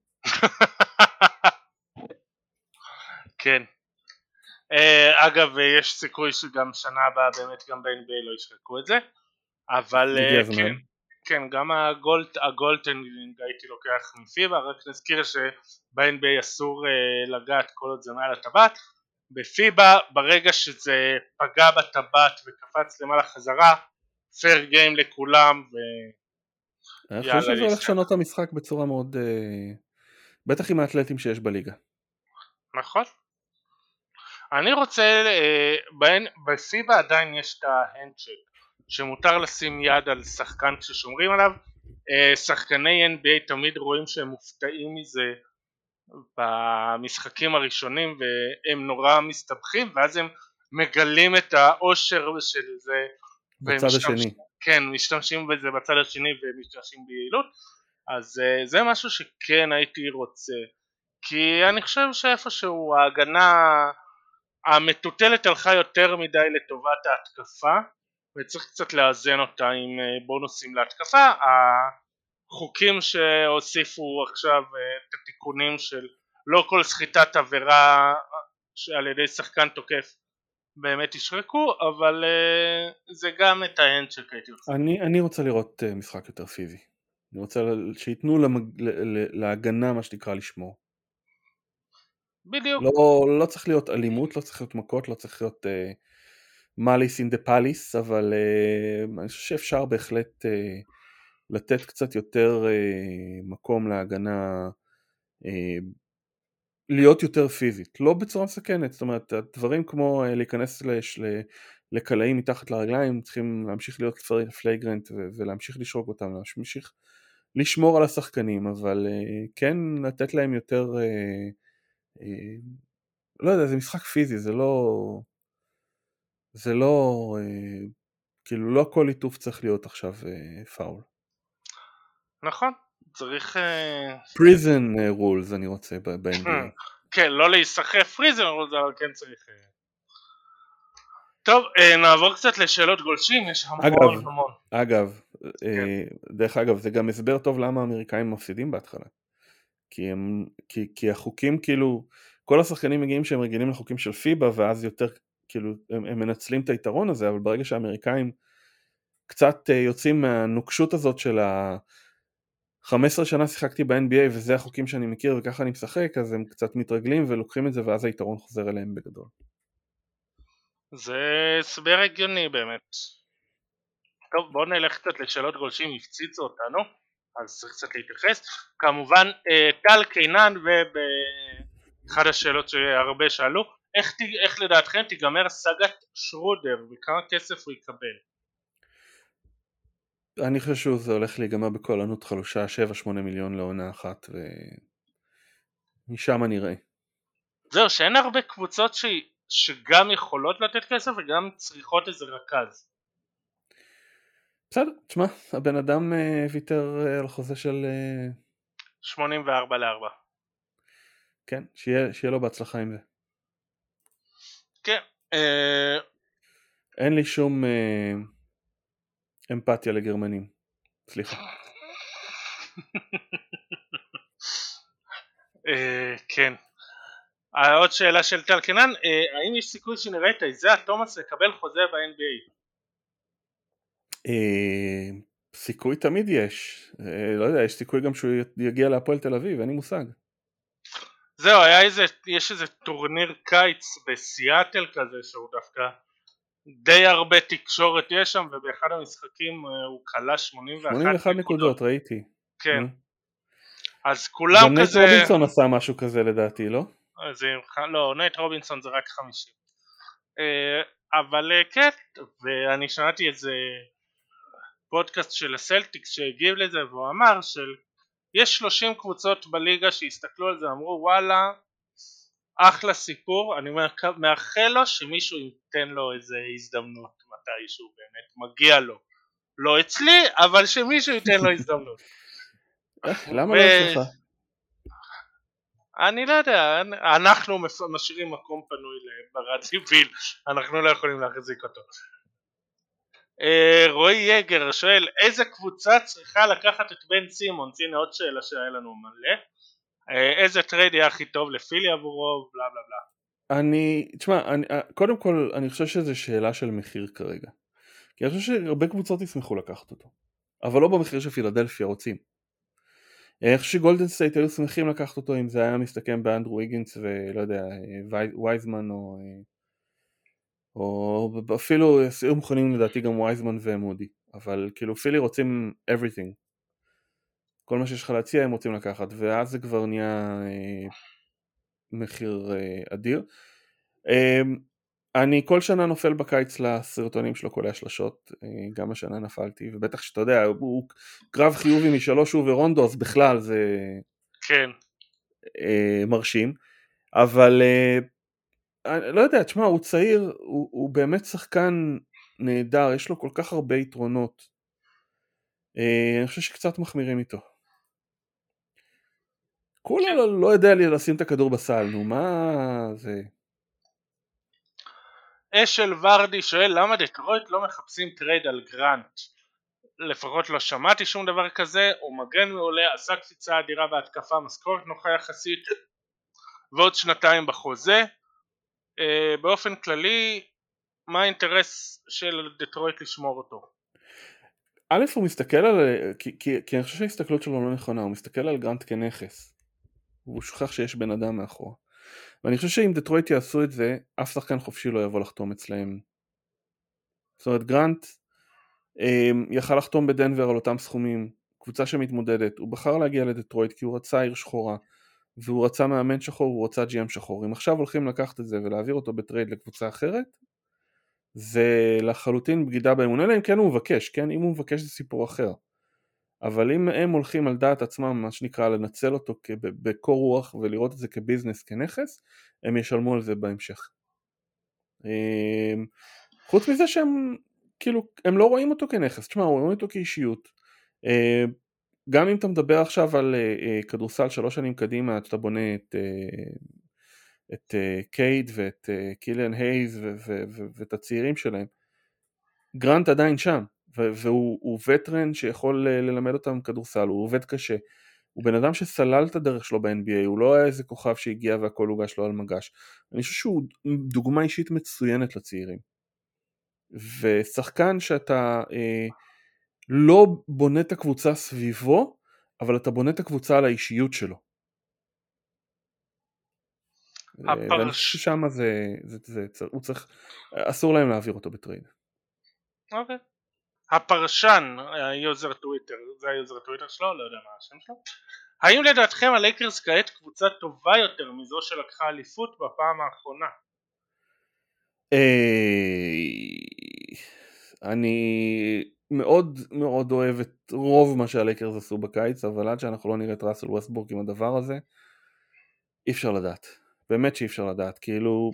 כן. אגב, יש סיכוי שגם שנה הבאה באמת גם ב-NBA לא ישחקו את זה, אבל כן, כן, גם הגולדטנינג הייתי לוקח מפיבה, רק נזכיר שב-NBA אסור לגעת כל עוד זה מעל הטבעת, בפיבה ברגע שזה פגע בטבעת וקפץ למעלה חזרה, פייר גיים לכולם אני חושב שזה הולך לשנות את המשחק בצורה מאוד, בטח עם האתלטים שיש בליגה. נכון. אני רוצה, בפיבה עדיין יש את ההנדשק שמותר לשים יד על שחקן כששומרים עליו. שחקני NBA תמיד רואים שהם מופתעים מזה במשחקים הראשונים והם נורא מסתבכים, ואז הם מגלים את האושר של זה בצד השני. כן, משתמשים בזה בצד השני ומשתמשים ביעילות. אז זה משהו שכן הייתי רוצה, כי אני חושב שאיפשהו ההגנה המטוטלת הלכה יותר מדי לטובת ההתקפה, וצריך קצת לאזן אותה עם בונוסים להתקפה. החוקים שהוסיפו עכשיו את התיקונים של לא כל סחיטת עבירה על ידי שחקן תוקף באמת ישרקו, אבל זה גם את ההנדשק הייתי רוצה. אני רוצה לראות משחק יותר פיזי, אני רוצה שיתנו להגנה מה שנקרא לשמור. בדיוק. לא צריך להיות אלימות, לא צריך להיות מכות, לא צריך להיות מאליס אין דה פאליס, אבל אני חושב שאפשר בהחלט לתת קצת יותר מקום להגנה, להיות יותר פיזית, לא בצורה מסכנת. זאת אומרת, הדברים כמו להיכנס לקלעים מתחת לרגליים צריכים להמשיך להיות פלייגרנט ולהמשיך לשרוק אותם, להמשיך לשמור על השחקנים, אבל כן לתת להם יותר לא יודע, זה משחק פיזי, זה לא, כאילו לא כל ליטוף צריך להיות עכשיו פאול. נכון, צריך... פריזן רולס אני רוצה ב-NBA. כן, לא להיסחף פריזן רולס, אבל כן צריך... טוב, נעבור קצת לשאלות גולשים, יש המון. אגב, כן. דרך אגב, זה גם הסבר טוב למה האמריקאים מפסידים בהתחלה. כי החוקים כאילו, כל השחקנים מגיעים שהם רגילים לחוקים של פיבה, ואז יותר כאילו, הם מנצלים את היתרון הזה, אבל ברגע שהאמריקאים קצת יוצאים מהנוקשות הזאת של 15 שנה שיחקתי ב-NBA וזה החוקים שאני מכיר וככה אני משחק, אז הם קצת מתרגלים ולוקחים את זה ואז היתרון חוזר אליהם בגדול. זה הסבר הגיוני באמת. טוב, בואו נלך קצת לשאלות גולשים, הפציצו אותנו, אז צריך קצת להתייחס. כמובן, טל קינן, ובאחד השאלות שהרבה שאלו, איך לדעתכם תיגמר סגת שרודר וכמה כסף הוא יקבל? אני חושב שזה הולך להיגמר בכל ענות חלושה 7-8 מיליון לעונה אחת ומשם נראה. זהו, שאין הרבה קבוצות שגם יכולות לתת כסף וגם צריכות איזה רכז. בסדר, תשמע, הבן אדם ויתר על חוזה של 84-4. כן, שיהיה לו בהצלחה עם זה. כן. אין לי שום אמפתיה לגרמנים, סליחה. כן. עוד שאלה של טל קינן, האם יש סיכוי שנראה את איזאה תומאס לקבל חוזה ב-NBA? סיכוי תמיד יש, לא יודע, יש סיכוי גם שהוא יגיע להפועל תל אביב, אין לי מושג. זהו, יש איזה טורניר קיץ בסיאטל כזה שהוא דווקא די הרבה תקשורת יש שם, ובאחד המשחקים הוא קלה 81 נקודות, ראיתי. כן. אז כולם גם כזה... נייט רובינסון עשה משהו כזה לדעתי, לא? לא, נייט רובינסון זה רק 50. אבל כן, ואני שמעתי איזה פודקאסט של הסלטיקס שהגיב לזה, והוא אמר יש 30 קבוצות בליגה שהסתכלו על זה, אמרו וואלה, אחלה סיפור, אני מאחל לו שמישהו ייתן לו איזה הזדמנות מתישהו, באמת מגיע לו, לא אצלי, אבל שמישהו ייתן לו הזדמנות. למה לא אצלך? אני לא יודע, אנחנו משאירים מקום פנוי לברדלי ביל, אנחנו לא יכולים להחזיק אותו. רועי יגר שואל, איזה קבוצה צריכה לקחת את בן סימונס? הנה עוד שאלה שהיה לנו מלא. איזה טרייד יהיה הכי טוב לפילי עבורו, בלה בלה בלה. תשמע, קודם כל אני חושב שזו שאלה של מחיר כרגע, כי אני חושב שהרבה קבוצות ישמחו לקחת אותו, אבל לא במחיר שפילדלפיה רוצים. אני חושב שגולדן סטייט היו שמחים לקחת אותו אם זה היה מסתכם באנדרו ויגינס ולא יודע, וייזמן או אפילו היו מוכנים לדעתי גם וייזמן ומודי, אבל כאילו פילי רוצים everything, כל מה שיש לך להציע הם רוצים לקחת, ואז זה כבר נהיה מחיר אדיר. אני כל שנה נופל בקיץ לסרטונים שלו קולע שלשות, גם השנה נפלתי, ובטח שאתה יודע, הוא קרב חיובי משלוש הוא ורונדו, אז בכלל זה כן. מרשים, אבל אני לא יודע, תשמע, הוא צעיר, הוא באמת שחקן נהדר, יש לו כל כך הרבה יתרונות, אני חושב שקצת מחמירים איתו. כולה לא יודע לי לשים את הכדור בסל, נו מה זה... אשל ורדי שואל למה דטרויט לא מחפשים טרייד על גרנט? לפחות לא שמעתי שום דבר כזה, הוא מגן מעולה, עשה קפיצה אדירה בהתקפה, משכורת נוחה יחסית ועוד 2 בחוזה. באופן כללי מה האינטרס של דטרויט לשמור אותו? א' הוא מסתכל על, כי אני חושב שההסתכלות שלו לא נכונה, הוא מסתכל על גרנט כנכס, והוא שוכח שיש בן אדם מאחורה, ואני חושב שאם דטרויט יעשו את זה, אף שחקן חופשי לא יבוא לחתום אצלהם. זאת אומרת, גרנט יכל לחתום בדנבר על אותם סכומים, קבוצה שמתמודדת, הוא בחר להגיע לדטרויט כי הוא רצה עיר שחורה, והוא רצה מאמן שחור, והוא רצה GM שחור. אם עכשיו הולכים לקחת את זה ולהעביר אותו בטרייד לקבוצה אחרת, זה לחלוטין בגידה באמון, אלא אם כן הוא מבקש, כן? אם הוא מבקש זה סיפור אחר. אבל אם הם הולכים על דעת עצמם, מה שנקרא לנצל אותו בקור רוח ולראות את זה כביזנס, כנכס, הם ישלמו על זה בהמשך. חוץ מזה שהם כאילו, הם לא רואים אותו כנכס, תשמע, הם רואים אותו כאישיות. גם אם אתה מדבר עכשיו על כדורסל 3 שנים קדימה, אתה בונה את קייד ואת קיליאן הייז ואת הצעירים שלהם, גרנט עדיין שם, והוא וטרן שיכול ללמד אותם כדורסל, הוא עובד קשה, הוא בן אדם שסלל את הדרך שלו ב-NBA, הוא לא היה איזה כוכב שהגיע והכל הוגש לו על מגש. אני חושב שהוא דוגמה אישית מצוינת לצעירים. ושחקן שאתה לא בונה את הקבוצה סביבו, אבל אתה בונה את הקבוצה על האישיות שלו. ואני חושב ששם הוא צריך, אסור להם להעביר אותו בטרייד. אוקיי. הפרשן, היוזר טוויטר, זה היוזר טוויטר שלו, לא יודע מה השם שלו. האם לדעתכם הלייקרס כעת קבוצה טובה יותר מזו שלקחה אליפות בפעם האחרונה? אני מאוד מאוד אוהב את רוב מה שהלייקרס עשו בקיץ, אבל עד שאנחנו לא נראה את ראסל ווסטברוק עם הדבר הזה, אי אפשר לדעת. באמת שאי אפשר לדעת. כאילו,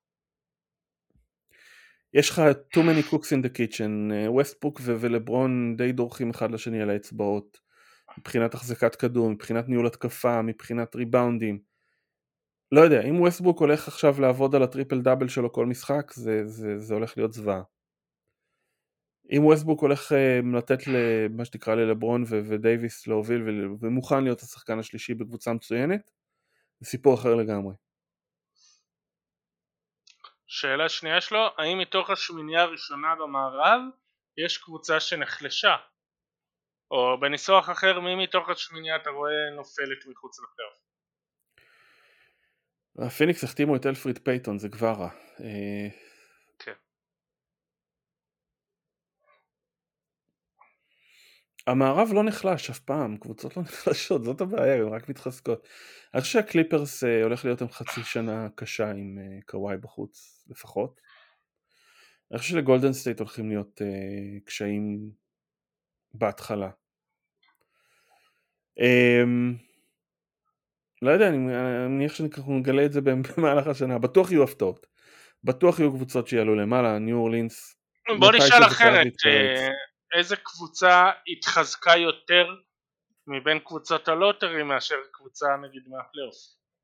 יש לך too many cooks in the kitchen, ווסטברוק ולברון די דורכים אחד לשני על האצבעות, מבחינת החזקת כדור, מבחינת ניהול התקפה, מבחינת ריבאונדים. לא יודע, אם ווסטברוק הולך עכשיו לעבוד על הטריפל דאבל שלו כל משחק, זה הולך להיות זוועה. אם ווסטברוק הולך לתת למה שתקרא ללברון ודייביס להוביל ומוכן להיות השחקן השלישי בקבוצה מצוינת, זה סיפור אחר לגמרי. שאלה שנייה שלו, האם מתוך השמינייה הראשונה במערב יש קבוצה שנחלשה? או בניסוח אחר, מי מתוך השמינייה אתה רואה נופלת מחוץ לפלייאוף? הפיניקס החתימו את אלפריד פייטון, זה כבר רע. כן. המערב לא נחלש אף פעם, קבוצות לא נחלשות, זאת הבעיה, הן רק מתחזקות. אני חושב שהקליפרס הולך להיות עם חצי שנה קשה עם קוואי בחוץ לפחות. אני חושב שלגולדן סטייט הולכים להיות קשיים בהתחלה. לא יודע, אני מניח שאנחנו נגלה את זה במהלך השנה. בטוח יהיו הפתעות, בטוח יהיו קבוצות שיעלו למעלה, ניו אורלינס. בוא נשאל אחרת, איזה קבוצה התחזקה יותר מבין קבוצות הלוטרי מאשר קבוצה נגיד מהפלייאוף?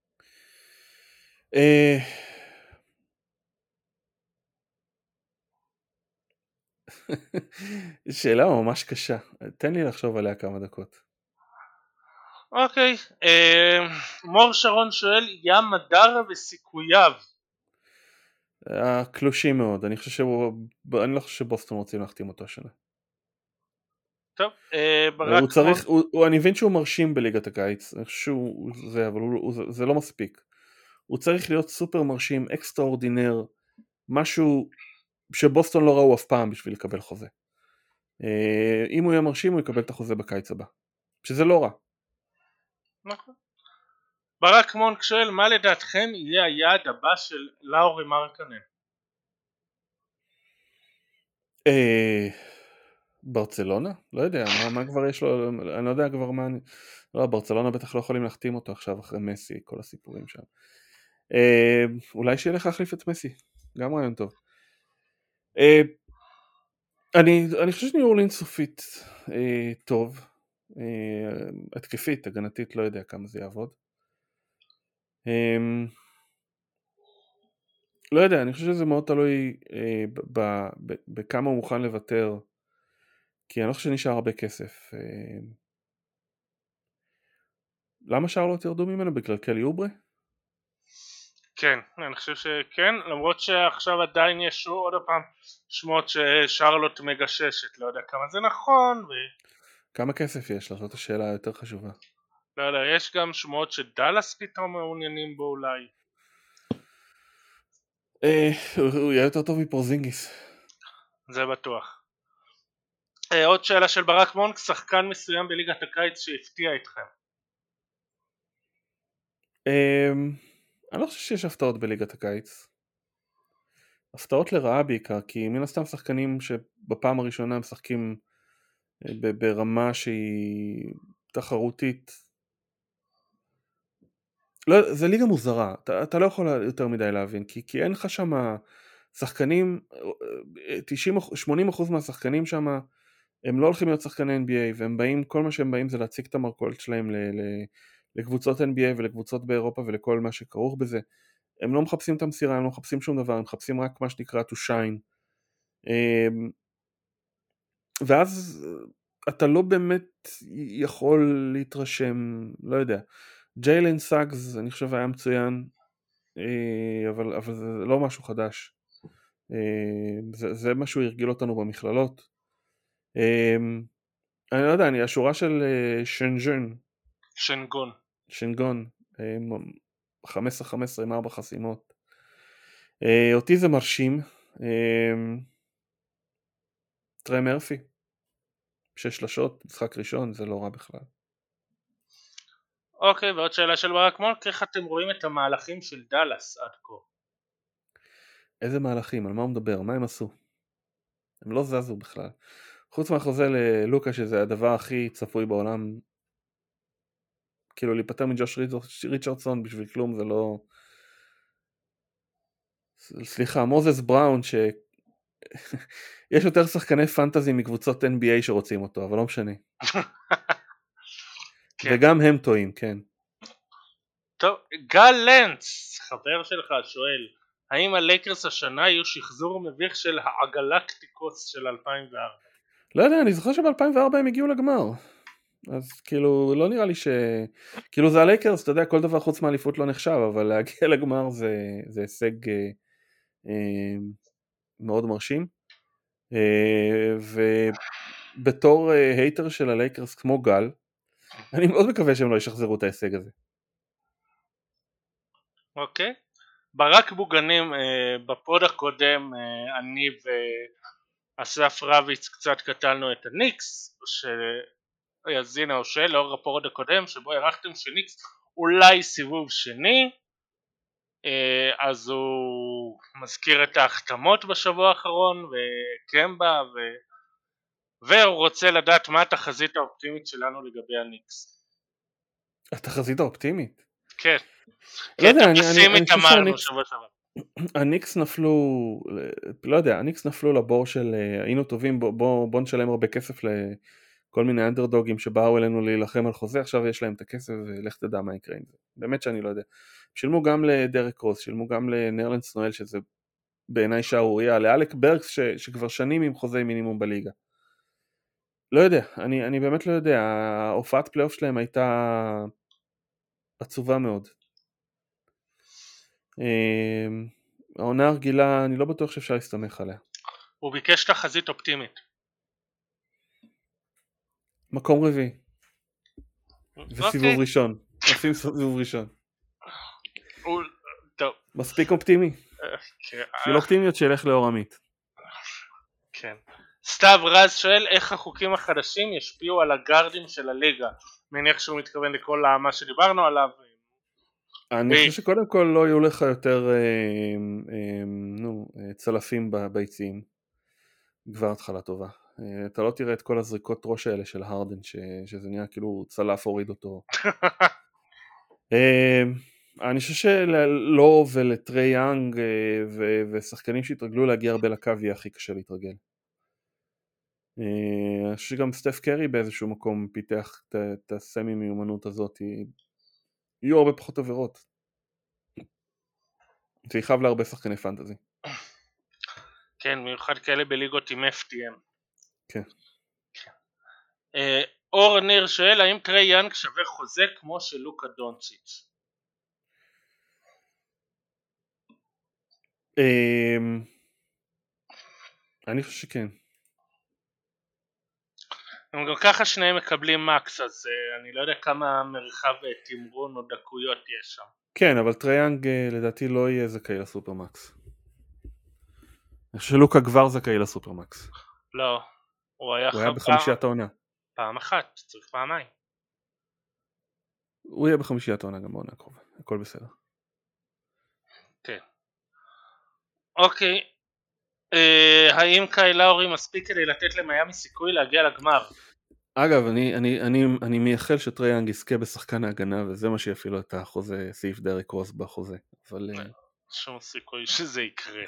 שאלה ממש קשה, תן לי לחשוב עליה כמה דקות. אוקיי, מור שרון שואל, ים מדר וסיכוייו. קלושים מאוד, אני לא חושב שבוסטון רוצים להחתים אותו השנה. טוב, אני מבין שהוא מרשים בליגת הקיץ, אני חושב אבל זה לא מספיק. הוא צריך להיות סופר מרשים, אקסטראורדינר, משהו שבוסטון לא ראו אף פעם בשביל לקבל חוזה. אם הוא יהיה מרשים הוא יקבל את החוזה בקיץ הבא, שזה לא רע. נכון. ברק מונק שואל, מה לדעתכם יהיה היעד הבא של לאורי מרקנן? ברצלונה? לא יודע, מה כבר יש לו, אני לא יודע כבר מה, לא, ברצלונה בטח לא יכולים להחתים אותו עכשיו אחרי מסי, כל הסיפורים שם. אולי שילך להחליף את מסי, גם רעיון טוב. אני חושב שניו אורלינס סופית טוב, התקפית, הגנתית, לא יודע כמה זה יעבוד. לא יודע, אני חושב שזה מאוד תלוי בכמה הוא מוכן לוותר, כי אני לא חושב שנשאר הרבה כסף. למה שרלוט ירדו ממנו? בגלל קלי אוברה? כן, אני חושב שכן, למרות שעכשיו עדיין יש עוד פעם שמות ששרלוט מגששת, לא יודע כמה זה נכון כמה כסף יש לה? זאת השאלה היותר חשובה. לא יודע, יש גם שמות שדלס פתאום מעוניינים בו אולי. הוא יהיה יותר טוב מפורזינגיס. זה בטוח. עוד שאלה של ברק מונק, שחקן מסוים בליגת הקיץ שהפתיע אתכם? אני לא חושב שיש הפתעות בליגת הקיץ. הפתעות לרעה בעיקר, כי מן הסתם שחקנים שבפעם הראשונה משחקים ברמה שהיא תחרותית. לא, זה ליגה מוזרה, אתה לא יכול יותר מדי להבין, כי אין לך שם שחקנים, 80% מהשחקנים שם, הם לא הולכים להיות שחקני NBA, והם באים, כל מה שהם באים זה להציג את המרכולת שלהם לקבוצות NBA ולקבוצות באירופה ולכל מה שכרוך בזה. הם לא מחפשים את המסירה, הם לא מחפשים שום דבר, הם מחפשים רק מה שנקרא to shine. ואז אתה לא באמת יכול להתרשם, לא יודע. ג'יילן סאגס אני חושב היה מצוין, אבל זה לא משהו חדש. זה משהו הרגיל אותנו במכללות. אני לא יודע, השורה של שנגון 15-15 עם 4 חסימות. אותי זה מרשים. טרי מרפי 6 שלשות, משחק ראשון, זה לא רע בכלל. אוקיי, ועוד שאלה של ברק מולק, איך אתם רואים את המהלכים של דלס עד כה? איזה מהלכים? על מה הוא מדבר? מה הם עשו? הם לא זזו בכלל. חוץ מהחוזה ללוקה, שזה הדבר הכי צפוי בעולם, כאילו להיפטר מג'וש ריצ'רדסון בשביל כלום, זה לא... סליחה, מוזס בראון, יש יותר שחקני פנטזי מקבוצות NBA שרוצים אותו, אבל לא משנה. כן. וגם הם טועים, כן. טוב, גל לנץ, חבר שלך, שואל, האם הלייקרס השנה יהיו שחזור מביך של הגלקטיקוס של 2004? לא יודע, אני זוכר שב-2004 הם הגיעו לגמר. אז כאילו, לא נראה לי כאילו זה הלייקרס, אתה יודע, כל דבר חוץ מהאליפות לא נחשב, אבל להגיע לגמר זה הישג מאוד מרשים. ובתור הייטר של הלייקרס כמו גל, אני מאוד מקווה שהם לא ישחזרו את ההישג הזה. אוקיי. ברק בוגנים, בפוד הקודם אני ואסף רביץ קצת קטלנו את הניקס, שיזינה או לאור הפוד הקודם שבו ערכתם שניקס אולי סיבוב שני, אז הוא מזכיר את ההחתמות בשבוע האחרון וקמבה והוא רוצה לדעת מה התחזית האופטימית שלנו לגבי הניקס. התחזית האופטימית? כן. לא יודע, אני אמרנו שבוע שעבר. הניקס נפלו, לא יודע, הניקס נפלו לבור של היינו טובים, בוא נשלם הרבה כסף לכל מיני אנדרדוגים שבאו אלינו להילחם על חוזה, עכשיו יש להם את הכסף ולך תדע מה יקרה עם זה. באמת שאני לא יודע. שילמו גם לדרק רוס, שילמו גם לנרלנס נואל, שזה בעיניי שערוריה, לאלק ברקס שכבר שנים עם חוזה מינימום בליגה. לא יודע, אני באמת לא יודע, ההופעת פלייאוף שלהם הייתה עצובה מאוד. העונה הרגילה, אני לא בטוח שאפשר להסתמך עליה. הוא ביקש תחזית אופטימית. מקום רביעי. וסיבוב ראשון. עושים סיבוב ראשון. טוב. מספיק אופטימי. של אופטימיות שילך לאור עמית. כן. סתיו רז שואל איך החוקים החדשים ישפיעו על הגארדים של הליגה. מניח שהוא מתכוון לכל מה שדיברנו עליו. אני חושב שקודם כל לא יהיו לך יותר צלפים ביציעים. כבר התחלה טובה. אתה לא תראה את כל הזריקות ראש האלה של הרדן, שזה נראה כאילו צלף הוריד אותו. אני חושב שלא ולטרי יאנג ושחקנים שהתרגלו להגיע הרבה לקו יהיה הכי קשה להתרגל. אני חושב שגם סטף קרי באיזשהו מקום פיתח את הסמי מיומנות הזאת, יהיו הרבה פחות עבירות. זה יכאב להרבה שחקני פנטזי. כן, מיוחד כאלה בליגות עם FTM. כן. אור ניר שואל האם טרי יאנג שווה חוזה כמו של לוקה דונצ'יץ'? אני חושב שכן. הם גם ככה שניהם מקבלים מקס, אז אני לא יודע כמה מרחב תמרון או דקויות יש שם. כן, אבל טרי יאנג לדעתי לא יהיה זכאי לסופרמקס. אני חושב שלוקה כבר זכאי לסופרמקס. לא, הוא היה בחמישיית העונה. פעם אחת, צריך פעמיים. הוא יהיה בחמישיית העונה גם בעונה הקרובה, הכל בסדר. כן. אוקיי. האם קאי לאורי מספיק כדי לתת למיאמי סיכוי להגיע לגמר? אגב, אני מייחל שטרי יאנג יזכה בשחקן ההגנה, וזה מה שיפעיל לו את החוזה, סעיף דרק רוס בחוזה. אבל... שום סיכוי שזה יקרה.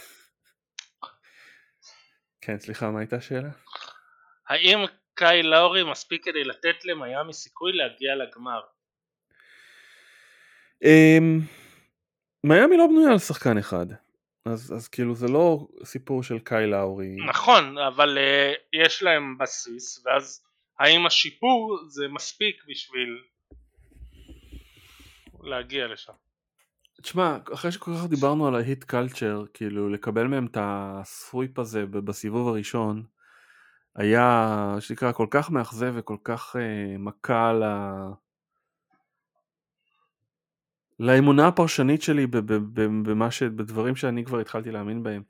כן, סליחה, מה הייתה השאלה? האם קאי לאורי מספיק כדי לתת למיאמי סיכוי להגיע לגמר? מיאמי לא בנויה על שחקן אחד. אז כאילו זה לא סיפור של קאי לאורי. נכון, אבל יש להם בסיס, ואז האם השיפור זה מספיק בשביל להגיע לשם? תשמע, אחרי שכל כך דיברנו על ההיט קלצ'ר, כאילו לקבל מהם את הסוויפ הזה בסיבוב הראשון, היה שנקרא כל כך מאכזב וכל כך מכה לאמונה הפרשנית שלי בדברים שאני כבר התחלתי להאמין בהם.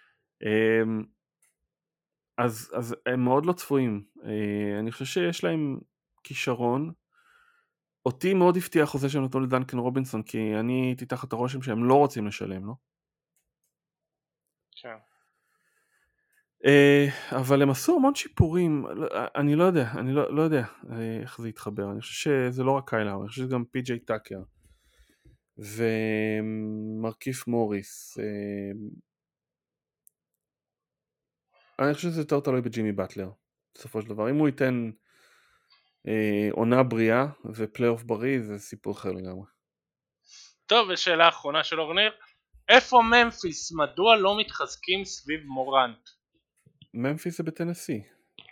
אז הם מאוד לא צפויים. אני חושב שיש להם כישרון. אותי מאוד הפתיע החוזה שהם נתנו לדנקן רובינסון, כי אני הייתי תחת הרושם שהם לא רוצים לשלם, לא? כן. אבל הם עשו המון שיפורים. אני לא יודע, אני לא יודע איך זה יתחבר. אני חושב שזה לא רק קיילה, אני חושב שזה גם פי.ג'יי טאקר ומרכיף מוריס. אני חושב שזה יותר תלוי בג'ימי באטלר בסופו של דבר. אם הוא ייתן עונה בריאה ופלייאוף בריא, זה סיפור אחר לגמרי. טוב, ושאלה האחרונה של אורניר, איפה ממפיס, מדוע לא מתחזקים סביב מורנט? ממפיס זה בטנסי.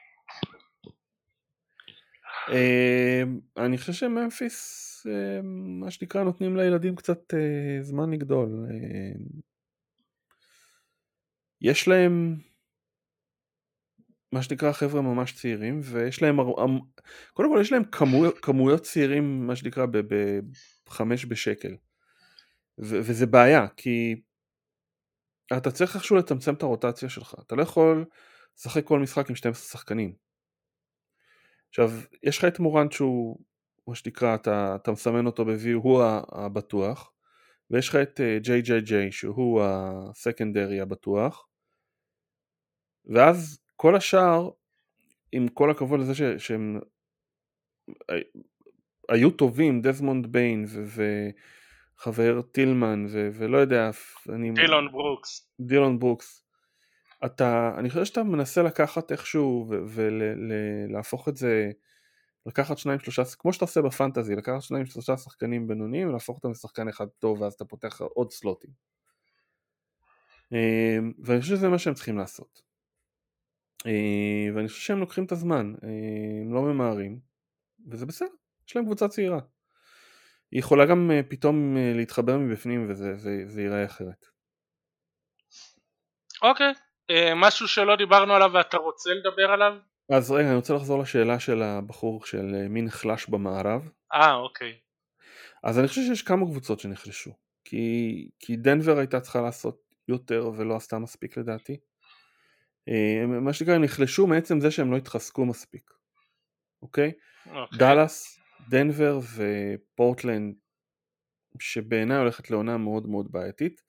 אני חושב שממפיס, מה שנקרא, נותנים לילדים קצת זמן לגדול. יש להם, מה שנקרא, חבר'ה ממש צעירים, ויש להם, קודם כל יש להם כמויות צעירים, מה שנקרא, ב5 בשקל. וזה בעיה, כי אתה צריך איכשהו לצמצם את הרוטציה שלך. אתה לא יכול לשחק כל משחק עם 12 שחקנים. עכשיו, יש לך את מורנט שהוא, מה שנקרא, אתה מסמן אותו ב-view, הוא הבטוח, ויש לך את JJJ שהוא הסקנדרי הבטוח, ואז כל השאר, עם כל הכבוד לזה שהם היו טובים, דזמונד ביין וחבר טילמן ולא יודע, דילון ברוקס, אני חושב שאתה מנסה לקחת איכשהו ולהפוך את זה, לקחת 2-3, כמו שאתה עושה בפנטזי, לקחת 2-3 שחקנים בינוניים ולהפוך אותם לשחקן אחד טוב, ואז אתה פותח עוד סלוטים. ואני חושב שזה מה שהם צריכים לעשות. ואני חושב שהם לוקחים את הזמן, הם לא ממהרים, וזה בסדר, יש להם קבוצה צעירה. היא יכולה גם פתאום להתחבר מבפנים, וזה ייראה אחרת. אוקיי, משהו שלא דיברנו עליו ואתה רוצה לדבר עליו? אז רגע, אני רוצה לחזור לשאלה של הבחור של מי נחלש במערב. אוקיי. אז אני חושב שיש כמה קבוצות שנחלשו, כי דנבר הייתה צריכה לעשות יותר ולא עשתה מספיק לדעתי. מה שנקרא, הם נחלשו מעצם זה שהם לא התחזקו מספיק. אוקיי? דלס, דנבר ופורטלנד, שבעיניי הולכת לעונה מאוד מאוד בעייתית,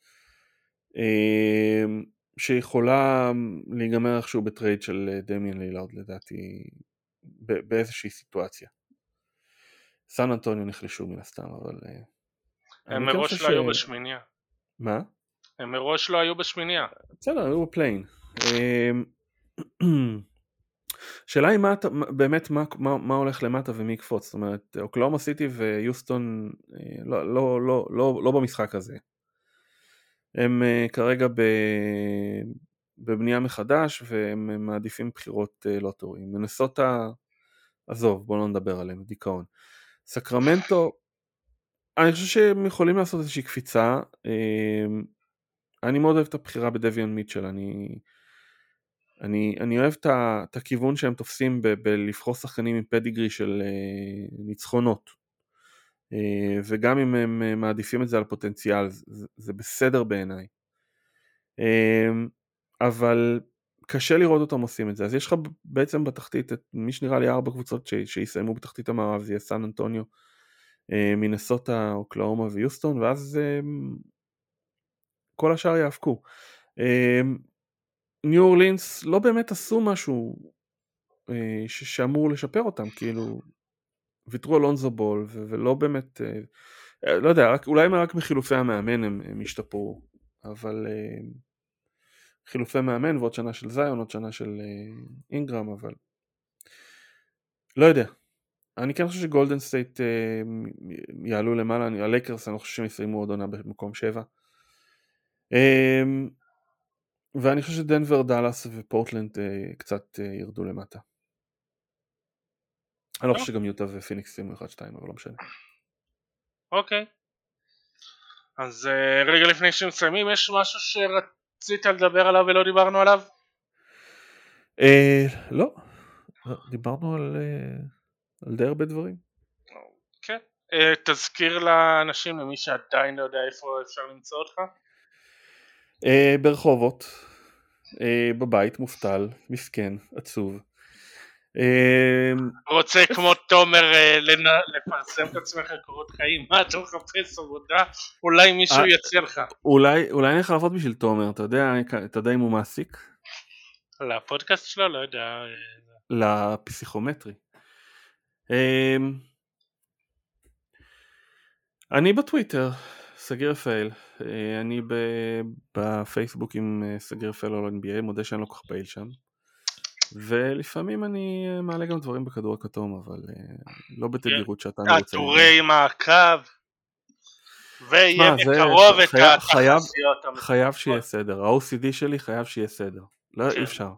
שיכולה להיגמר איכשהו בטרייד של דמיאן לילארד לדעתי באיזושהי סיטואציה. סן אנטוניו נחלשו מן הסתם, אבל הם מראש לא היו בשמיניה. מה? הם מראש לא היו בשמיניה. בסדר, היו בפליין. שאלה היא באמת מה הולך למטה ומי יקפוץ. זאת אומרת, אוקלאומה סיטי ויוסטון לא במשחק הזה. הם כרגע בבנייה מחדש, והם מעדיפים בחירות לא טובים. מנסוטה, עזוב, בואו לא נדבר עליהם, דיכאון. סקרמנטו, אני חושב שהם יכולים לעשות איזושהי קפיצה. אני מאוד אוהב את הבחירה בדוויאן מיטשל. אני אוהב את הכיוון שהם תופסים בלבחור שחקנים עם פדיגרי של ניצחונות. וגם אם הם מעדיפים את זה על פוטנציאל, זה בסדר בעיניי. אבל קשה לראות אותם עושים את זה. אז יש לך בעצם בתחתית את מי שנראה לי 4 קבוצות שיסיימו בתחתית המערב, זה יהיה סן אנטוניו, מינסוטה, אוקלאומה ויוסטון, ואז כל השאר יאבקו. ניו אורלינס לא באמת עשו משהו שאמור לשפר אותם, כאילו ויתרו על לונזו בול ולא באמת, לא יודע, אולי רק מחילופי המאמן הם השתפרו, אבל חילופי מאמן ועוד שנה של זיון, עוד שנה של אינגרם, אבל לא יודע. אני כן חושב שגולדן סטייט יעלו למעלה, הלייקרס אני לא חושב שהם יסיימו עוד עונה במקום 7, ואני חושב שדנבר, דאלאס ופורטלנד קצת ירדו למטה. אני לא חושב שגם יוטה ופיניקס סיימו 1-2, אבל לא משנה. אוקיי. אז רגע לפני שמסיימים, יש משהו שרצית לדבר עליו ולא דיברנו עליו? לא, דיברנו על די הרבה דברים. כן. תזכיר לאנשים, למי שעדיין לא יודע איפה אפשר למצוא אותך? ברחובות, בבית, מופתל, מסכן, עצוב. רוצה כמו תומר לפרסם את עצמך קורות חיים, מה אתה מחפש עבודה? אולי מישהו יציע לך. אולי אני יכול לעבוד בשביל תומר, אתה יודע אם הוא מעסיק? לפודקאסט שלו? לא יודע. לפסיכומטרי. אני בטוויטר, סגיר רפאל, אני בפייסבוק עם סגיר רפאל על NBA, מודה שאני לא כל כך פעיל שם, ולפעמים אני מעלה גם דברים בכדור הכתום, אבל לא בתדירות שאתה רוצה. טורי מעקב, ויהיה בקרוב את התחזיות. חייב שיהיה סדר, ה-OCD שלי חייב שיהיה סדר, לא אי אפשר.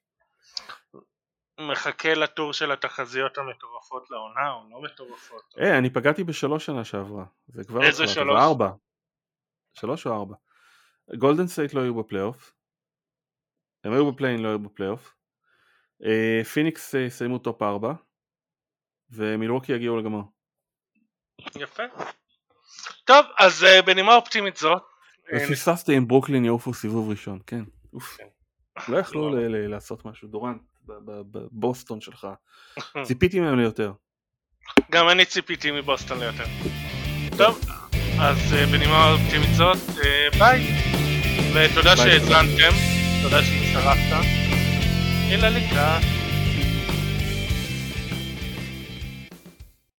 מחכה לטור של התחזיות המטורפות לעונה או לא מטורפות? אני פגעתי ב3 שנה שעברה. איזה 3? 4. 3 או 4. גולדן סטייט לא היו בפלייאוף. הם היו בפליין, לא היו בפלייאוף. פיניקס סיימו טופ 4. ומילווקי יגיעו לגמר. יפה. טוב, אז בנימה אופטימית זאת. ופיססתי עם ברוקלין יעופו סיבוב ראשון, כן. אוף. לא יכלו לעשות משהו, דורנט, בבוסטון שלך. ציפיתי מהם ליותר. גם אני ציפיתי מבוסטון ליותר. טוב, אז בנימה אופטימית זאת, ביי. ותודה שהזרנתם, תודה שהצטרפת. אלא לקראת.